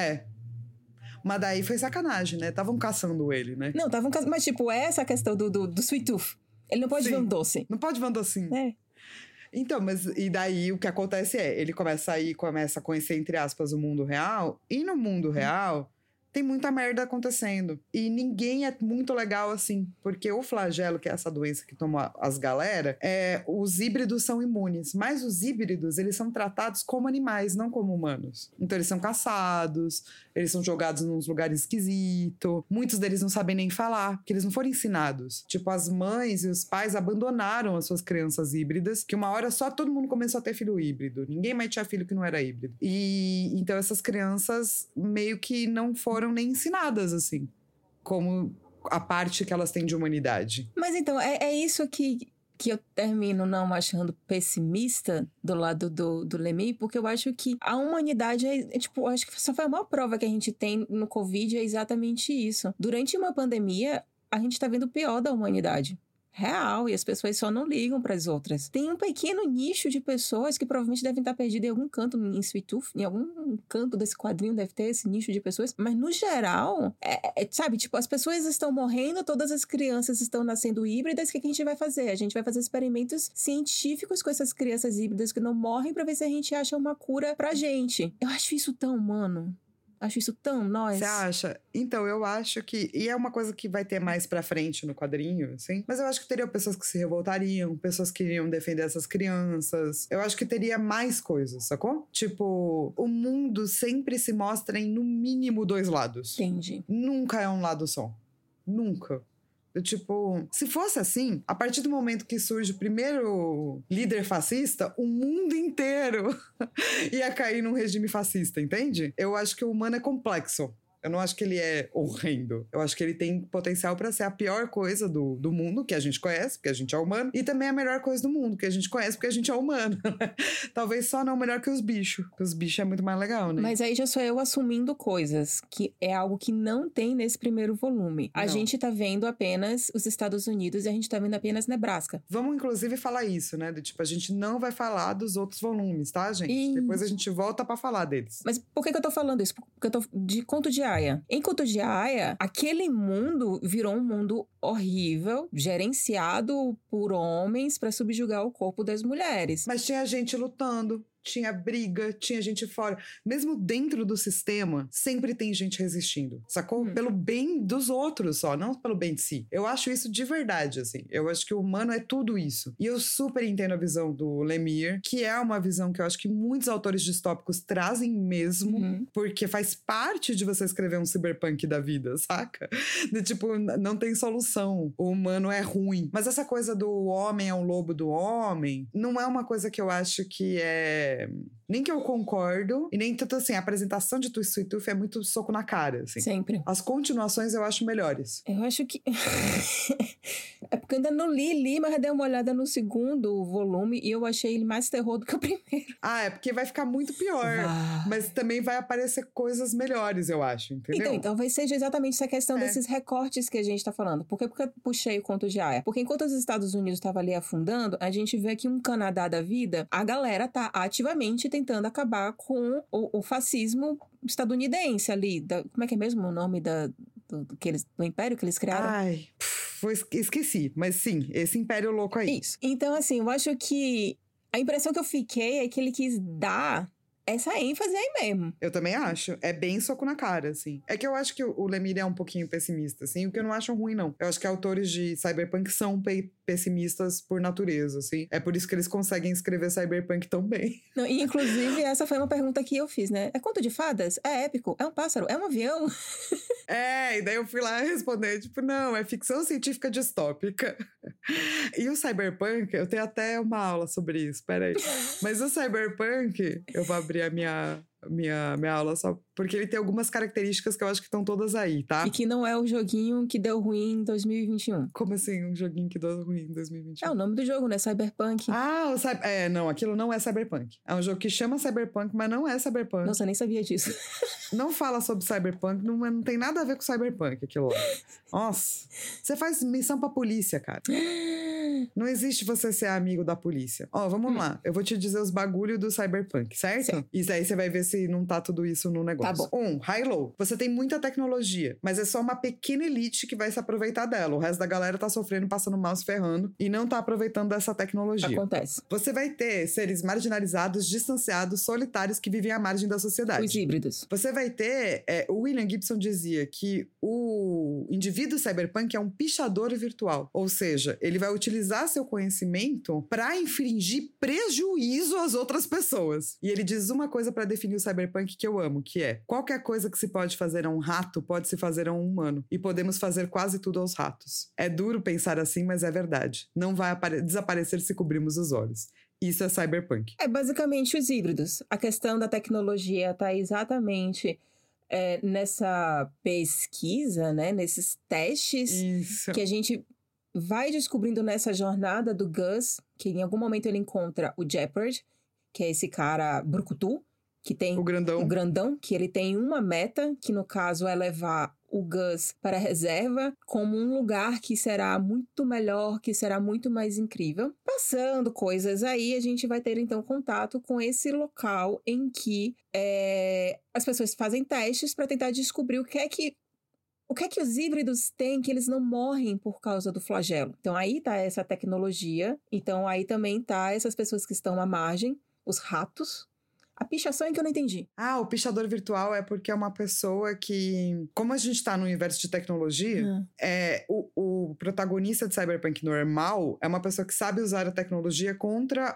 Mas daí foi sacanagem, né? Estavam caçando ele, né? Não, estavam caçando... Mas, tipo, essa questão do Sweet Tooth. Ele não pode ver um doce. Não pode ver um docinho. Então, mas e daí o que acontece ele começa a sair, começa a conhecer, entre aspas, o mundo real. E no mundo real... tem muita merda acontecendo. E ninguém é muito legal assim. Porque o flagelo, que é essa doença que toma as galera, os híbridos são imunes. Mas os híbridos, eles são tratados como animais, não como humanos. Então eles são caçados, eles são jogados nos lugares esquisitos. Muitos deles não sabem nem falar, porque eles não foram ensinados. Tipo, as mães e os pais abandonaram as suas crianças híbridas, que uma hora só todo mundo começou a ter filho híbrido. Ninguém mais tinha filho que não era híbrido. E então essas crianças meio que não foram nem ensinadas, assim, como a parte que elas têm de humanidade. Mas então, é isso que eu termino não achando pessimista do lado do Lemire, porque eu acho que a humanidade tipo, acho que só foi a maior prova que a gente tem no Covid, é exatamente isso. Durante uma pandemia, a gente tá vendo o pior da humanidade. Real, e as pessoas só não ligam para as outras. Tem um pequeno nicho de pessoas que provavelmente devem estar perdidas em algum canto em Sweet Tooth, em algum canto desse quadrinho deve ter esse nicho de pessoas, mas no geral, sabe, tipo, as pessoas estão morrendo, todas as crianças estão nascendo híbridas, o que a gente vai fazer? A gente vai fazer experimentos científicos com essas crianças híbridas que não morrem para ver se a gente acha uma cura pra gente. Eu acho isso tão humano. Acho isso tão nós. Você acha? Então, eu acho que... E é uma coisa que vai ter mais pra frente no quadrinho, assim. Mas eu acho que teria pessoas que se revoltariam, pessoas que iriam defender essas crianças. Eu acho que teria mais coisas, sacou? Tipo, o mundo sempre se mostra em, no mínimo, 2 lados. Entendi. Nunca é um lado só. Nunca. Tipo, se fosse assim, a partir do momento que surge o primeiro líder fascista, o mundo inteiro ia cair num regime fascista, entende? Eu acho que o humano é complexo. Eu não acho que ele é horrendo. Eu acho que ele tem potencial pra ser a pior coisa do mundo, que a gente conhece, porque a gente é humano, e também a melhor coisa do mundo, que a gente conhece, porque a gente é humano. Talvez só não melhor que os bichos, porque os bichos é muito mais legal, né? Mas aí já sou eu assumindo coisas, que é algo que não tem nesse primeiro volume. A gente tá vendo apenas os Estados Unidos e a gente tá vendo apenas Nebraska. Vamos, inclusive, falar isso, né? Do tipo, a gente não vai falar dos outros volumes, tá, gente? Depois a gente volta pra falar deles. Mas por que eu tô falando isso? Porque eu tô de Conto de Aia. Em Conto de Aia, aquele mundo virou um mundo horrível, gerenciado por homens pra subjugar o corpo das mulheres. Mas tinha gente lutando. Tinha briga, tinha gente fora. Mesmo dentro do sistema, sempre tem gente resistindo, sacou? Pelo bem dos outros só, não pelo bem de si. Eu acho isso de verdade, assim. Eu acho que o humano é tudo isso. E eu super entendo a visão do Lemire, que é uma visão que eu acho que muitos autores distópicos trazem mesmo, porque faz parte de você escrever um cyberpunk da vida, saca? De tipo, não tem solução. O humano é ruim. Mas essa coisa do homem é um lobo do homem, não é uma coisa que eu acho que nem que eu concordo, e nem tanto assim, a apresentação de Twist Sweet Tooth é muito soco na cara, assim. Sempre. As continuações eu acho melhores. Eu acho que... É porque eu ainda não li, mas eu dei uma olhada no segundo volume e eu achei ele mais terror do que o primeiro. Ah, é porque vai ficar muito pior. Mas também vai aparecer coisas melhores, eu acho, entendeu? Então talvez seja exatamente essa questão desses recortes que a gente tá falando. Por que eu puxei o Conto de Aia? Porque enquanto os Estados Unidos estavam ali afundando, a gente vê que um Canadá da vida, a galera tá ativamente tentando acabar com o fascismo estadunidense ali. Como é que é mesmo o nome do império que eles criaram? Ai, esqueci. Mas sim, esse império louco aí. Isso. Então, assim, eu acho que a impressão que eu fiquei é que ele quis dar essa ênfase aí mesmo. Eu também acho. É bem soco na cara, assim. É que eu acho que o Lemire é um pouquinho pessimista, assim, o que eu não acho ruim, não. Eu acho que autores de cyberpunk são pessimistas por natureza, assim. É por isso que eles conseguem escrever cyberpunk tão bem. Não, e, inclusive, essa foi uma pergunta que eu fiz, né? É conto de fadas? É épico? É um pássaro? É um avião? E daí eu fui lá responder, tipo, não, é ficção científica distópica. E o cyberpunk, eu tenho até uma aula sobre isso, peraí. Mas o cyberpunk, eu vou abrir a minha aula só porque ele tem algumas características que eu acho que estão todas aí, tá? E que não é o joguinho que deu ruim em 2021. Como assim, um joguinho que deu ruim em 2021? É o nome do jogo, né? Cyberpunk. Não, aquilo não é cyberpunk. É um jogo que chama cyberpunk, mas não é cyberpunk. Nossa, eu nem sabia disso. Não fala sobre cyberpunk, não tem nada a ver com cyberpunk aquilo lá. Nossa, você faz missão pra polícia, cara. Não existe você ser amigo da polícia. Vamos lá. Eu vou te dizer os bagulho do cyberpunk, certo? E aí você vai ver se não tá tudo isso no negócio. Tá bom. High-low. Você tem muita tecnologia, mas é só uma pequena elite que vai se aproveitar dela. O resto da galera tá sofrendo, passando mal, se ferrando e não tá aproveitando dessa tecnologia. Acontece. Você vai ter seres marginalizados, distanciados, solitários que vivem à margem da sociedade. Os híbridos. Você vai ter... o William Gibson dizia que o indivíduo cyberpunk é um pichador virtual. Ou seja, ele vai utilizar seu conhecimento para infringir prejuízo às outras pessoas. E ele diz uma coisa para definir o cyberpunk que eu amo, que é: qualquer coisa que se pode fazer a um rato pode se fazer a um humano. E podemos fazer quase tudo aos ratos. É duro pensar assim, mas é verdade. Não vai desaparecer se cobrirmos os olhos. Isso é cyberpunk. É basicamente os híbridos. A questão da tecnologia está exatamente nessa pesquisa, né? Nesses testes. Isso. Que a gente vai descobrindo nessa jornada do Gus, que em algum momento ele encontra o Jeopard, que é esse cara brucutu, que tem o grandão, que ele tem uma meta, que no caso é levar o Gus para a reserva como um lugar que será muito melhor, que será muito mais incrível. Passando coisas aí, a gente vai ter então contato com esse local em que as pessoas fazem testes para tentar descobrir o que é que os híbridos têm que eles não morrem por causa do flagelo. Então aí tá essa tecnologia, então aí também tá essas pessoas que estão à margem, os ratos. A pichação é que eu não entendi. O pichador virtual é porque é uma pessoa que... Como a gente tá no universo de tecnologia, o protagonista de cyberpunk normal é uma pessoa que sabe usar a tecnologia contra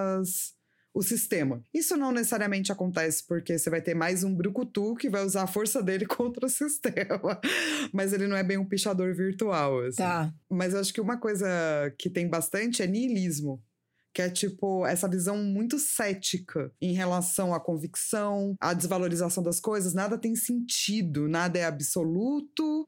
o sistema. Isso não necessariamente acontece porque você vai ter mais um brucutu que vai usar a força dele contra o sistema. Mas ele não é bem um pichador virtual, assim. Tá. Mas eu acho que uma coisa que tem bastante é niilismo. Que é, tipo, essa visão muito cética em relação à convicção, à desvalorização das coisas. Nada tem sentido, nada é absoluto.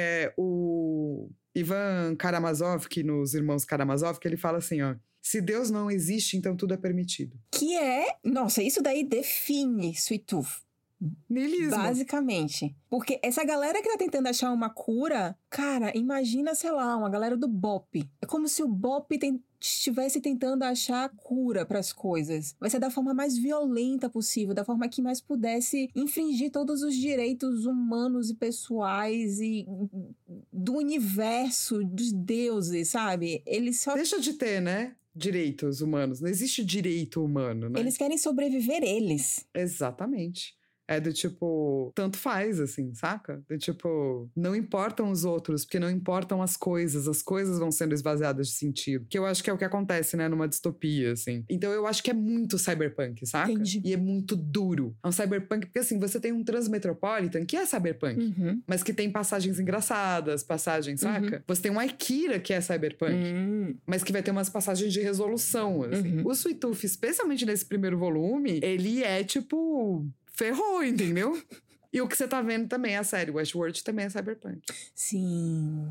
O Ivan Karamazov, que nos Irmãos Karamazov, que ele fala assim, ó. Se Deus não existe, então tudo é permitido. Que é... Nossa, isso daí define Sweet Tooth. Niilismo. Basicamente. Porque essa galera que tá tentando achar uma cura... Cara, imagina, sei lá, uma galera do BOP. É como se o BOP estivesse tentando achar a cura pras coisas. Vai ser da forma mais violenta possível, da forma que mais pudesse infringir todos os direitos humanos e pessoais e do universo, dos deuses, sabe? Eles só... Deixa de ter, né? Direitos humanos. Não existe direito humano, né? Eles querem sobreviver eles. Exatamente. É do tipo, tanto faz, assim, saca? Do tipo, não importam os outros, porque não importam as coisas vão sendo esvaziadas de sentido. Que eu acho que é o que acontece, né, numa distopia, assim. Então eu acho que é muito cyberpunk, saca? Entendi. E é muito duro. É um cyberpunk, porque assim, você tem um Transmetropolitan, que é cyberpunk, mas que tem passagens engraçadas, passagens, saca? Você tem um Akira, que é cyberpunk, mas que vai ter umas passagens de resolução, assim. O Sweet Tooth, especialmente nesse primeiro volume, ele é tipo... ferrou, entendeu? E o que você tá vendo também, a série Westworld também é cyberpunk. Sim.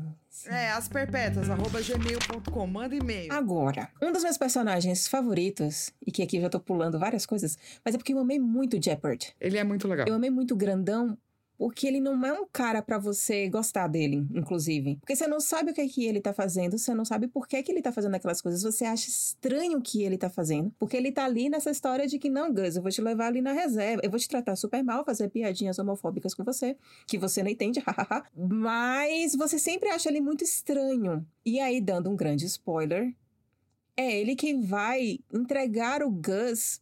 asperpetas@gmail.com, manda e-mail. Agora, um dos meus personagens favoritos, e que aqui eu já tô pulando várias coisas, mas é porque eu amei muito o Jeopard. Ele é muito legal. Eu amei muito o Grandão, porque ele não é um cara pra você gostar dele, inclusive. Porque você não sabe o que é que ele tá fazendo, você não sabe por que ele tá fazendo aquelas coisas, você acha estranho o que ele tá fazendo, porque ele tá ali nessa história de que não, Gus, eu vou te levar ali na reserva, eu vou te tratar super mal, fazer piadinhas homofóbicas com você, que você não entende, hahaha. Mas você sempre acha ele muito estranho. E aí, dando um grande spoiler, é ele quem vai entregar o Gus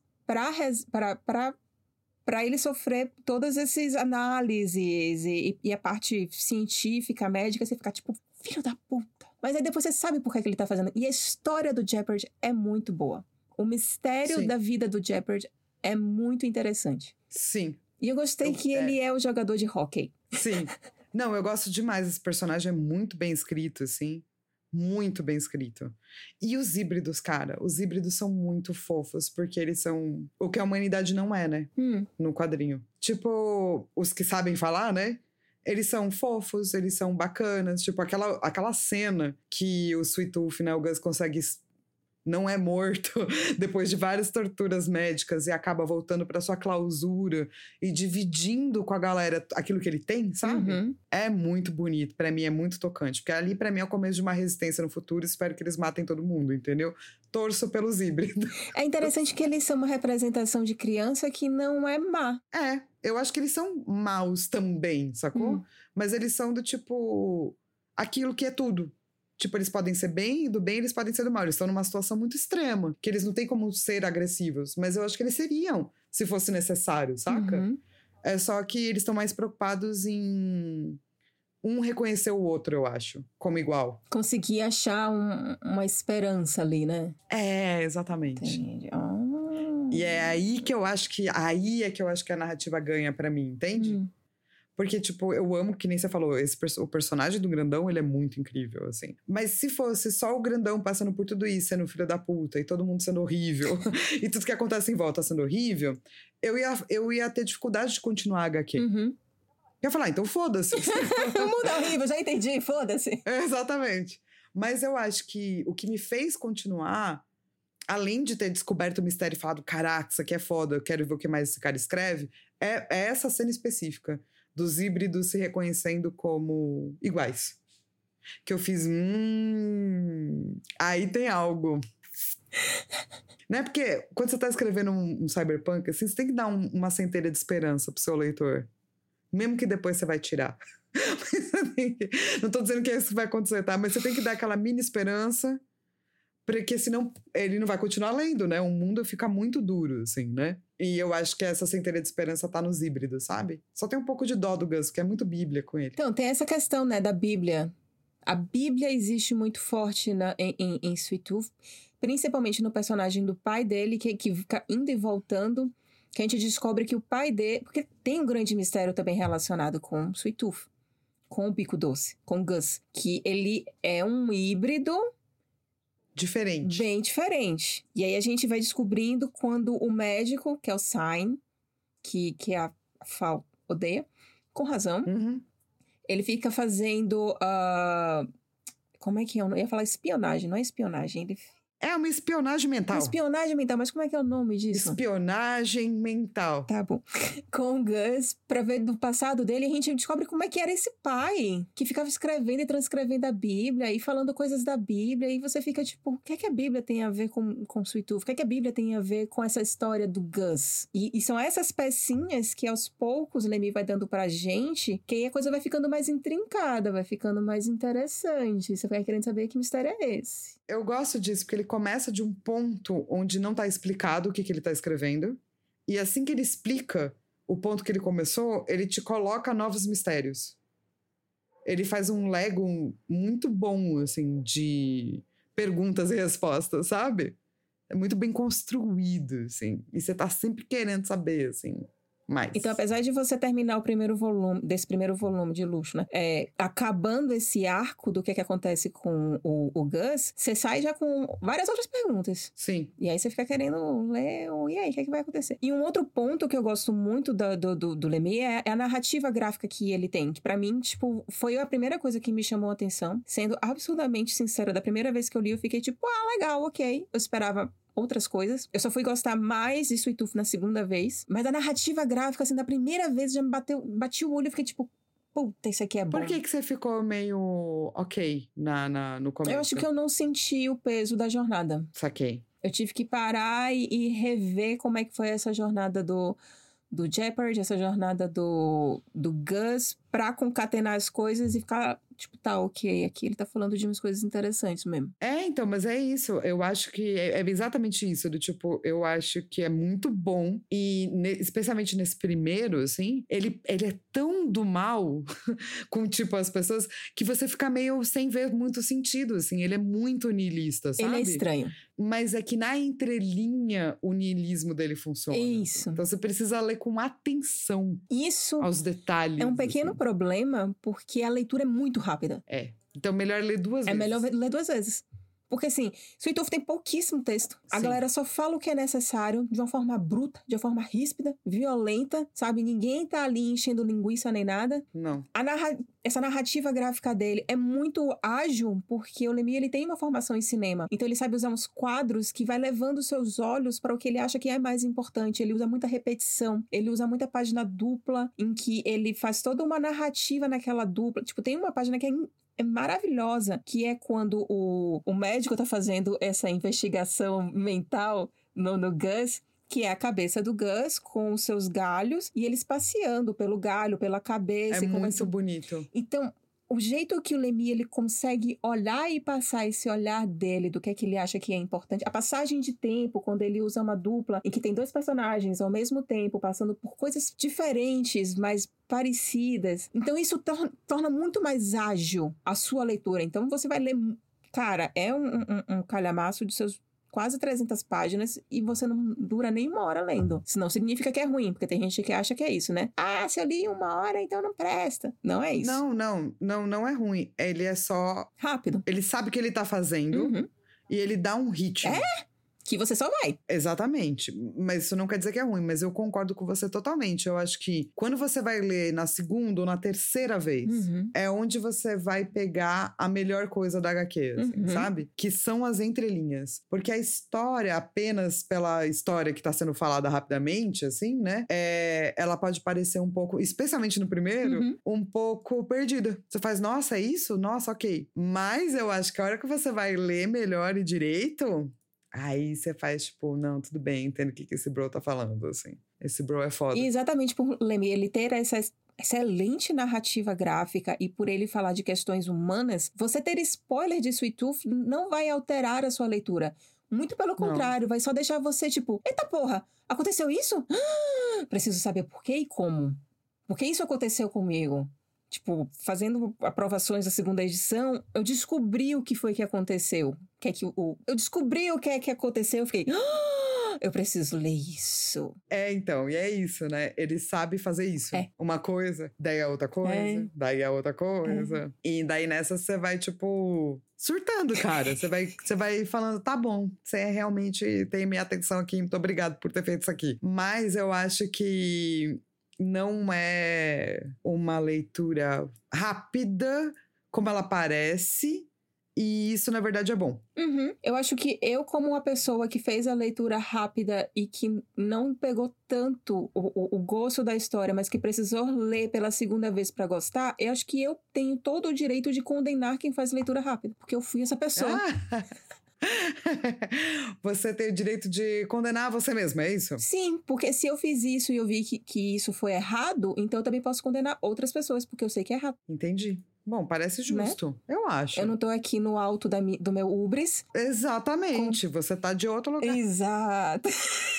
para ele sofrer todas essas análises e a parte científica, médica, você ficar tipo, filho da puta. Mas aí depois você sabe por que ele tá fazendo. E a história do Jeopard é muito boa. O mistério da vida do Jeopard é muito interessante. Sim. E eu gostei que ele é o jogador de hóquei. Sim. Não, eu gosto demais. Esse personagem é muito bem escrito, assim. Muito bem escrito. E os híbridos, cara, os híbridos são muito fofos, porque eles são o que a humanidade não é, né? No quadrinho. Tipo, os que sabem falar, né? Eles são fofos, eles são bacanas. Tipo, aquela cena que o Sweet Tooth, né, o Gus consegue... não é morto depois de várias torturas médicas e acaba voltando pra sua clausura e dividindo com a galera aquilo que ele tem, sabe? É muito bonito, pra mim é muito tocante, porque ali pra mim é o começo de uma resistência no futuro, espero que eles matem todo mundo, entendeu? Torço pelos híbridos. É interessante que eles são uma representação de criança que não é má. Eu acho que eles são maus também, sacou? Mas eles são do tipo... aquilo que é tudo. Tipo, eles podem ser bem, e do bem eles podem ser do mal. Eles estão numa situação muito extrema, que eles não têm como ser agressivos. Mas eu acho que eles seriam, se fosse necessário, saca? É só que eles estão mais preocupados em um reconhecer o outro, eu acho, como igual. Conseguir achar uma esperança ali, né? Exatamente. Entendi. E é aí que eu acho que... aí é que eu acho que a narrativa ganha pra mim, entende? Porque, tipo, eu amo, que nem você falou, o personagem do Grandão, ele é muito incrível, assim. Mas se fosse só o Grandão passando por tudo isso, sendo filho da puta, e todo mundo sendo horrível, e tudo que acontece em volta sendo horrível, eu ia ter dificuldade de continuar a HQ. Eu ia falar, então foda-se. O mundo é horrível, já entendi, foda-se. Exatamente. Mas eu acho que o que me fez continuar, além de ter descoberto o mistério e falado, caraca, isso aqui é foda, eu quero ver o que mais esse cara escreve, é essa cena específica. Dos híbridos se reconhecendo como iguais. Que eu fiz, aí tem algo. Né? Porque quando você tá escrevendo um cyberpunk, assim, você tem que dar uma centelha de esperança pro seu leitor. Mesmo que depois você vai tirar. Não tô dizendo que é isso que vai acontecer, tá? Mas você tem que dar aquela mini esperança, porque senão ele não vai continuar lendo, né? O mundo fica muito duro, assim, né? E eu acho que essa centelha de esperança tá nos híbridos, sabe? Só tem um pouco de dó do Gus, que é muito Bíblia com ele. Então, tem essa questão, né, da Bíblia. A Bíblia existe muito forte em Sweet Tooth, principalmente no personagem do pai dele, que fica indo e voltando, que a gente descobre que o pai dele... Porque tem um grande mistério também relacionado com Sweet Tooth, com o Bico Doce, com o Gus, que ele é um híbrido diferente. Bem diferente. E aí a gente vai descobrindo quando o médico, que é o Sign, que a Fal odeia, com razão, ele fica fazendo... como é que é? Eu ia falar espionagem, não é espionagem. Ele... É uma espionagem mental. Espionagem mental, mas como é que é o nome disso? Espionagem mental. Tá bom. Com o Gus, pra ver do passado dele, a gente descobre como é que era esse pai, que ficava escrevendo e transcrevendo a Bíblia e falando coisas da Bíblia, e você fica tipo, o que é que a Bíblia tem a ver com Sweet Tooth? O que é que a Bíblia tem a ver com essa história do Gus? E são essas pecinhas que aos poucos o Lemmy vai dando pra gente, que aí a coisa vai ficando mais intrincada, vai ficando mais interessante. Você vai querendo saber que mistério é esse. Eu gosto disso, porque ele começa de um ponto onde não tá explicado o que ele tá escrevendo. E assim que ele explica o ponto que ele começou, ele te coloca novos mistérios. Ele faz um Lego muito bom, assim, de perguntas e respostas, sabe? É muito bem construído, assim. E você tá sempre querendo saber, assim, mais. Então, apesar de você terminar o primeiro volume, desse primeiro volume de luxo, né? Acabando esse arco do que acontece com o Gus, você sai já com várias outras perguntas. Sim. E aí você fica querendo ler, e aí, o que é que vai acontecer? E um outro ponto que eu gosto muito do Lemmy é a narrativa gráfica que ele tem, que pra mim, tipo, foi a primeira coisa que me chamou a atenção. Sendo absurdamente sincera, da primeira vez que eu li, eu fiquei tipo, legal, ok. Eu esperava outras coisas. Eu só fui gostar mais de Sweet Tooth na segunda vez. Mas a narrativa gráfica, assim, da primeira vez já me bati o olho e fiquei tipo, puta, isso aqui é bom. Por que você ficou meio ok no começo? Eu acho que eu não senti o peso da jornada. Saquei. Eu tive que parar e rever como é que foi essa jornada do Jeopardy, essa jornada do Gus, pra concatenar as coisas e ficar, tipo, tá, ok, aqui ele tá falando de umas coisas interessantes mesmo. Então, mas é isso. Eu acho que é exatamente isso. Do tipo, eu acho que é muito bom. E especialmente nesse primeiro, assim, ele é tão do mal com, tipo, as pessoas, que você fica meio sem ver muito sentido, assim. Ele é muito niilista, sabe? Ele é estranho. Mas é que na entrelinha o niilismo dele funciona. Isso. Então você precisa ler com atenção. Isso aos detalhes. É um pequeno assim. problema, porque a leitura é muito rápida. Então melhor ler duas vezes. É melhor ler 2 vezes. Porque, assim, Sweet Tooth tem pouquíssimo texto. A galera só fala o que é necessário de uma forma bruta, de uma forma ríspida, violenta, sabe? Ninguém tá ali enchendo linguiça nem nada. Não. Essa narrativa gráfica dele é muito ágil, porque o Lemmy, ele tem uma formação em cinema. Então, ele sabe usar uns quadros que vai levando seus olhos para o que ele acha que é mais importante. Ele usa muita repetição. Ele usa muita página dupla, em que ele faz toda uma narrativa naquela dupla. Tipo, tem uma página que é maravilhosa, que é quando o médico tá fazendo essa investigação mental no Gus, que é a cabeça do Gus com os seus galhos, e eles passeando pelo galho, pela cabeça. É muito bonito. Então, o jeito que o Lemmy, ele consegue olhar e passar esse olhar dele, do que é que ele acha que é importante. A passagem de tempo, quando ele usa uma dupla, em que tem 2 personagens ao mesmo tempo, passando por coisas diferentes, mas parecidas. Então, isso torna muito mais ágil a sua leitura. Então, você vai ler... Cara, é um calhamaço de seus quase 300 páginas e você não dura nem 1 hora lendo. Isso não significa que é ruim, porque tem gente que acha que é isso, né? Se eu li 1 hora, então não presta. Não é isso. Não é ruim. Ele é só... rápido. Ele sabe o que ele tá fazendo e ele dá um ritmo. Que você só vai. Exatamente. Mas isso não quer dizer que é ruim, mas eu concordo com você totalmente. Eu acho que quando você vai ler na segunda ou na terceira vez, é onde você vai pegar a melhor coisa da HQ, assim, sabe? Que são as entrelinhas. Porque a história, apenas pela história que tá sendo falada rapidamente, assim, né? Ela pode parecer um pouco, especialmente no primeiro, um pouco perdida. Você faz, nossa, é isso? Nossa, ok. Mas eu acho que a hora que você vai ler melhor e direito... Aí você faz, tipo, não, tudo bem, entendo o que esse bro tá falando, assim. Esse bro é foda. E exatamente por Lemmy, ele ter essa excelente narrativa gráfica e por ele falar de questões humanas, você ter spoiler de Sweet Tooth não vai alterar a sua leitura. Muito pelo contrário, vai só deixar você, tipo, eita porra, aconteceu isso? Preciso saber por quê e como. Por que isso aconteceu comigo? Tipo, fazendo aprovações da segunda edição, eu descobri o que foi que aconteceu. Eu descobri o que é que aconteceu, eu fiquei... Eu preciso ler isso. Então, e é isso, né? Ele sabe fazer isso. Uma coisa, daí é outra coisa, daí é outra coisa. E daí nessa você vai, tipo, surtando, cara. Você vai falando, tá bom, você realmente tem minha atenção aqui, muito obrigado por ter feito isso aqui. Mas eu acho que não é uma leitura rápida, como ela parece. E isso, na verdade, é bom. Eu acho que eu, como uma pessoa que fez a leitura rápida e que não pegou tanto o gosto da história, mas que precisou ler pela segunda vez pra gostar, eu acho que eu tenho todo o direito de condenar quem faz leitura rápida, porque eu fui essa pessoa. Você tem o direito de condenar você mesma, é isso? Sim, porque se eu fiz isso e eu vi que isso foi errado, então eu também posso condenar outras pessoas, porque eu sei que é errado. Entendi. Bom, parece justo. Né? Eu acho. Eu não tô aqui no alto do meu ubris. Exatamente. Você tá de outro lugar. Exato.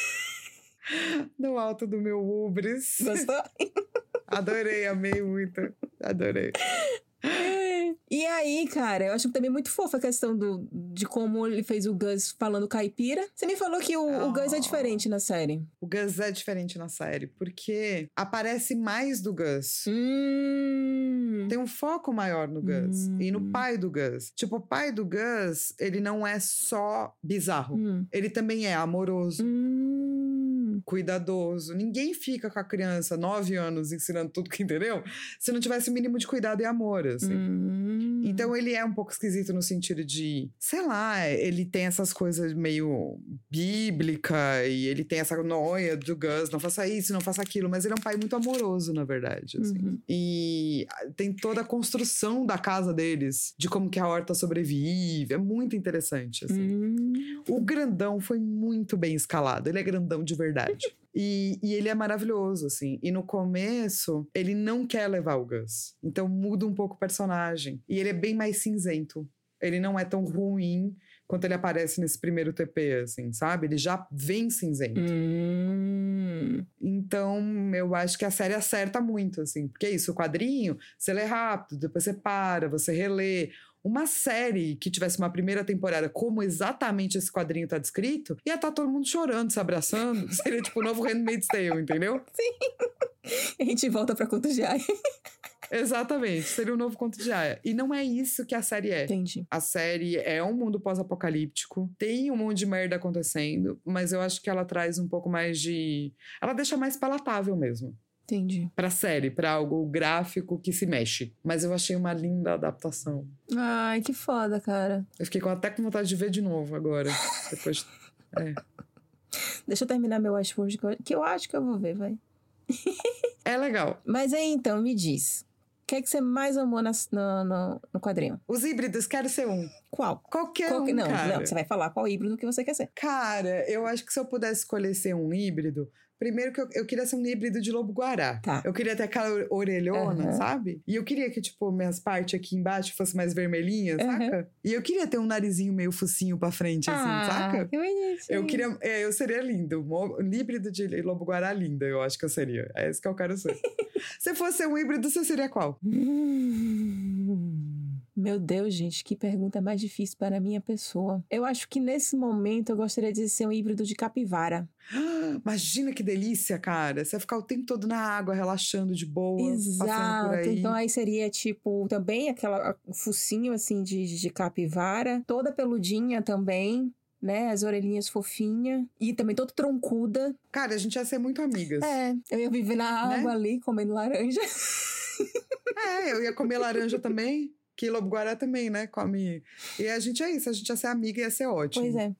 No alto do meu ubris. Gostou? Adorei, amei muito. Adorei. E aí, cara, eu acho também muito fofa a questão de como ele fez o Gus falando caipira. Você me falou que o Gus é diferente na série. O Gus é diferente na série, porque aparece mais do Gus. Tem um foco maior no Gus e no pai do Gus. Tipo, o pai do Gus, ele não é só bizarro. Ele também é amoroso. Cuidadoso. Ninguém fica com a criança 9 anos ensinando tudo que entendeu se não tivesse o mínimo de cuidado e amor, assim. Então ele é um pouco esquisito no sentido de, sei lá, ele tem essas coisas meio bíblica e ele tem essa noia do Gus, não faça isso, não faça aquilo, mas ele é um pai muito amoroso, na verdade, assim. E tem toda a construção da casa deles, de como que a horta sobrevive, é muito interessante, assim. O grandão foi muito bem escalado, ele é grandão de verdade. E ele é maravilhoso, assim. E no começo, ele não quer levar o Gus. Então muda um pouco o personagem. E ele é bem mais cinzento. Ele não é tão ruim quanto ele aparece nesse primeiro TP, assim, sabe? Ele já vem cinzento. Então, eu acho que a série acerta muito, assim. Porque é isso, o quadrinho, você lê rápido, depois você para, você relê. Uma série que tivesse uma primeira temporada como exatamente esse quadrinho tá descrito, ia estar todo mundo chorando, se abraçando. Seria tipo o novo Handmaid's Tale, entendeu? Sim. A gente volta pra Conto de Aia. Exatamente, seria o novo Conto de Aia. E não é isso que a série é. Entendi. A série é um mundo pós-apocalíptico, tem um monte de merda acontecendo, mas eu acho que ela traz um pouco mais de... Ela deixa mais palatável mesmo. Entendi. Pra série, pra algo gráfico que se mexe. Mas eu achei uma linda adaptação. Ai, que foda, cara. Eu fiquei até com vontade de ver de novo agora. Depois... Deixa eu terminar meu Westworld, que eu acho que eu vou ver, vai. É legal. Mas aí, então, me diz. O que é que você mais amou no quadrinho? Os híbridos, quero ser um. Qual? Qualquer um, não, cara. Não, você vai falar qual híbrido que você quer ser. Cara, eu acho que se eu pudesse escolher ser um híbrido... Primeiro que eu queria ser um híbrido de lobo-guará. Tá. Eu queria ter aquela orelhona, sabe? E eu queria que, tipo, minhas partes aqui embaixo fossem mais vermelhinhas, saca? E eu queria ter um narizinho meio focinho pra frente, assim, saca? Que bonitinho. Eu queria... eu seria lindo. Um híbrido de lobo-guará linda, eu acho que eu seria. É isso que eu quero ser. Se fosse um híbrido, você seria qual? Meu Deus, gente, que pergunta mais difícil para a minha pessoa. Eu acho que nesse momento eu gostaria de ser um híbrido de capivara. Imagina que delícia, cara. Você vai ficar o tempo todo na água, relaxando de boa. Exato. Passando por aí. Então aí seria tipo, também aquela focinho assim de capivara, toda peludinha também. Né, as orelhinhas fofinhas. E também toda troncuda. Cara, a gente ia ser muito amigas. Eu ia viver na água ali, comendo laranja. Eu ia comer laranja também. Que lobo-guará também, né? Come. E a gente é isso, a gente ia ser amiga e ia ser ótimo. Pois é.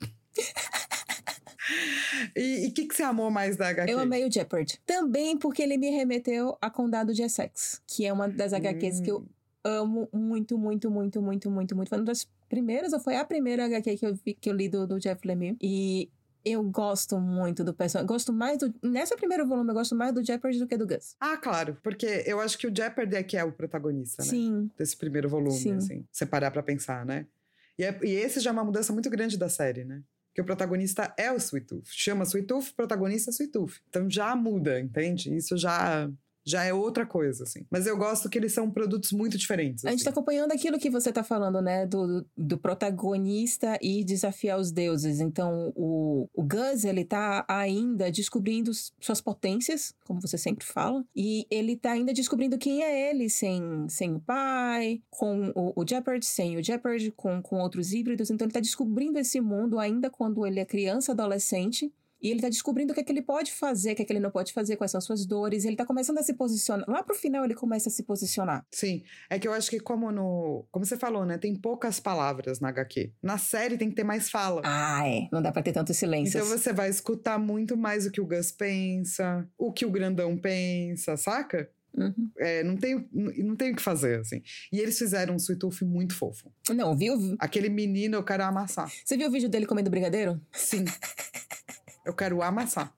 E o que você amou mais da HQ? Eu amei o Jeopard. Também porque ele me remeteu a Condado de Essex, que é uma das HQs que eu amo muito, muito, muito, muito, muito, muito. Foi uma das primeiras, ou foi a primeira HQ que eu li do Jeff Lemire. E eu gosto muito do personagem. Gosto mais do... Nesse primeiro volume, eu gosto mais do Jeopard do que do Gus. Ah, claro. Porque eu acho que o Jeopard é que é o protagonista, né? Sim. Desse primeiro volume, Sim. assim. Se parar pra pensar, né? E esse já é uma mudança muito grande da série, né? Porque o protagonista é o Sweet Tooth. Chama Sweet Tooth, protagonista é Sweet Tooth. Então já muda, entende? Isso já já é outra coisa, assim. Mas eu gosto que eles são produtos muito diferentes. A gente tá acompanhando aquilo que você tá falando, né? Do protagonista e desafiar os deuses. Então, o Gus, ele tá ainda descobrindo suas potências, como você sempre fala. E ele tá ainda descobrindo quem é ele sem o pai, com o Shepard, sem o Shepard, com outros híbridos. Então, ele tá descobrindo esse mundo ainda quando ele é criança, adolescente. E ele tá descobrindo o que é que ele pode fazer, o que é que ele não pode fazer, quais são suas dores. Ele tá começando a se posicionar. Lá pro final ele começa a se posicionar. Sim, é que eu acho que como você falou, né, tem poucas palavras na HQ. Na série tem que ter mais fala. Ah, é. Não dá pra ter tantos silêncios. Então você vai escutar muito mais o que o Gus pensa, o que o grandão pensa, saca? Uhum. Não tem o que fazer, assim. E eles fizeram um Sweet Tooth muito fofo. Não, viu? Aquele menino eu quero amassar. Você viu o vídeo dele comendo brigadeiro? Sim. Eu quero amassar.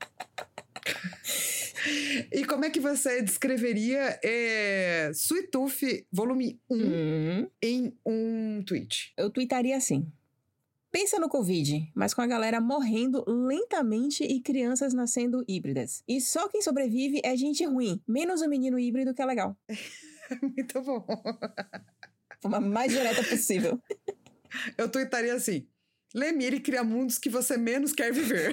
E como é que você descreveria Sweet Tooth volume 1 em um tweet? Eu tweetaria assim. Pensa no Covid, mas com a galera morrendo lentamente e crianças nascendo híbridas. E só quem sobrevive é gente ruim, menos o menino híbrido que é legal. Muito bom. Forma mais direta possível. Eu tweetaria assim. Lemire cria mundos que você menos quer viver.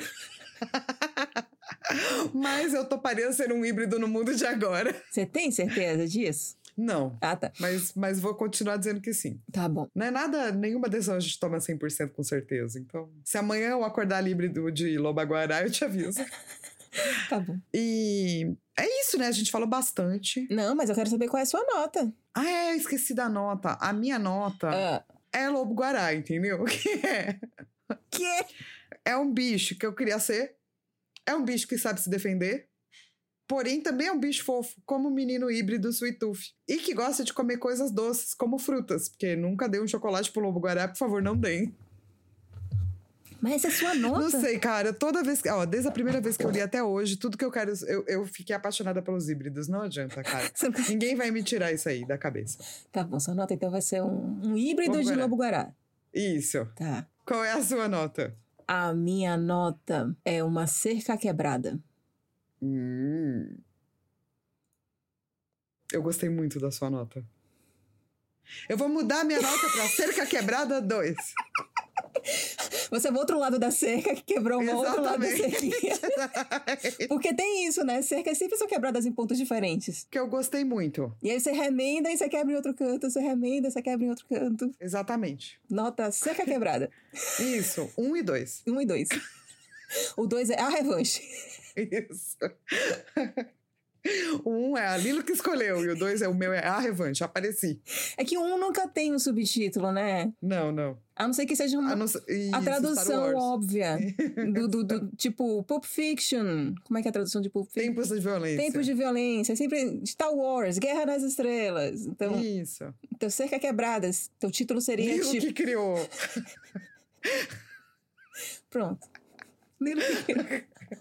Mas eu toparia ser um híbrido no mundo de agora. Você tem certeza disso? Não. Ah, tá. Mas vou continuar dizendo que sim. Tá bom. Não é nada, nenhuma decisão a gente toma 100% com certeza. Então, se amanhã eu acordar híbrido de Loba-Guará, eu te aviso. Tá bom. E é isso, né? A gente falou bastante. Não, mas eu quero saber qual é a sua nota. Esqueci da nota. A minha nota é Lobo-Guará, entendeu? Que? É um bicho que eu queria ser. É um bicho que sabe se defender. Porém, também é um bicho fofo, como o menino híbrido Sweet Tooth. E que gosta de comer coisas doces, como frutas. Porque nunca dei um chocolate pro Lobo-Guará, por favor, não deem. Mas essa é sua nota? Não sei, cara. Toda vez que... desde a primeira vez que eu li até hoje, tudo que eu quero... Eu fiquei apaixonada pelos híbridos. Não adianta, cara. Ninguém vai me tirar isso aí da cabeça. Tá bom, sua nota então vai ser um híbrido de Lobo-Guará. Isso. Tá. Qual é a sua nota? A minha nota é uma cerca quebrada. Eu gostei muito da sua nota. Eu vou mudar minha nota pra cerca quebrada 2. Você vai outro lado da cerca que quebrou o outro lado da cerquinha. Porque tem isso, né? Cercas sempre são quebradas em pontos diferentes. Que eu gostei muito. E aí você remenda e você quebra em outro canto. Você remenda e você quebra em outro canto. Exatamente. Nota cerca quebrada. Isso. 1 e 2. 1 e 2. O 2 é a revanche. Isso. O 1 é a Lilo que escolheu e o 2 é o meu, é a revanche. Apareci. É que o 1 nunca tem um subtítulo, né? Não. A não ser que seja a tradução óbvia. do tipo, Pulp Fiction. Como é que é a tradução de Pulp Fiction? Tempos de violência. Tempos de violência. É sempre Star Wars, Guerra nas Estrelas. Então, isso. Então, cerca quebrada. Teu título seria Lilo tipo... que criou. Pronto. Lilo que criou.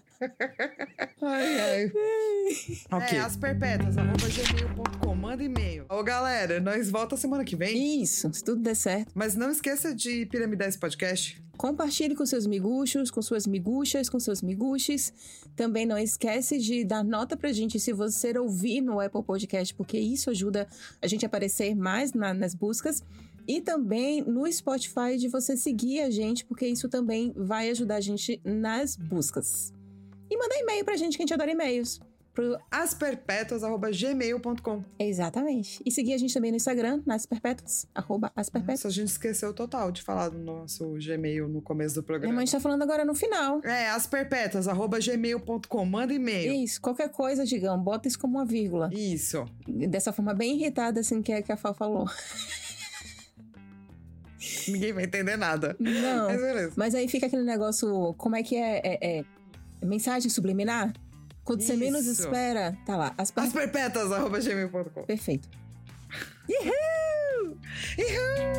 Ai. Ok. asperpetas@gmail.com. Manda e-mail. Ô, galera, nós volta semana que vem. Isso, se tudo der certo. Mas não esqueça de piramidar esse podcast. Compartilhe com seus miguxos, com suas miguxas, com seus miguxes. Também não esquece de dar nota pra gente se você ouvir no Apple Podcast, porque isso ajuda a gente a aparecer mais nas buscas. E também no Spotify de você seguir a gente, porque isso também vai ajudar a gente nas buscas. E mandar e-mail pra gente, que a gente adora e-mails. Pro asperpetuas@gmail.com. Exatamente. E seguir a gente também no Instagram, @asperpetuas. Nossa, a gente esqueceu total de falar do nosso Gmail no começo do programa. Mas a gente tá falando agora no final. asperpetuas@gmail.com. Manda e-mail. Isso, qualquer coisa, digamos, bota isso como uma vírgula. Isso. Dessa forma bem irritada, assim, que a Fal falou. Ninguém vai entender nada. Não. Mas beleza. Mas aí fica aquele negócio, como é que é mensagem subliminar? Quando você menos espera, tá lá. asperpetas@gmail.com. Perfeito. Uhul!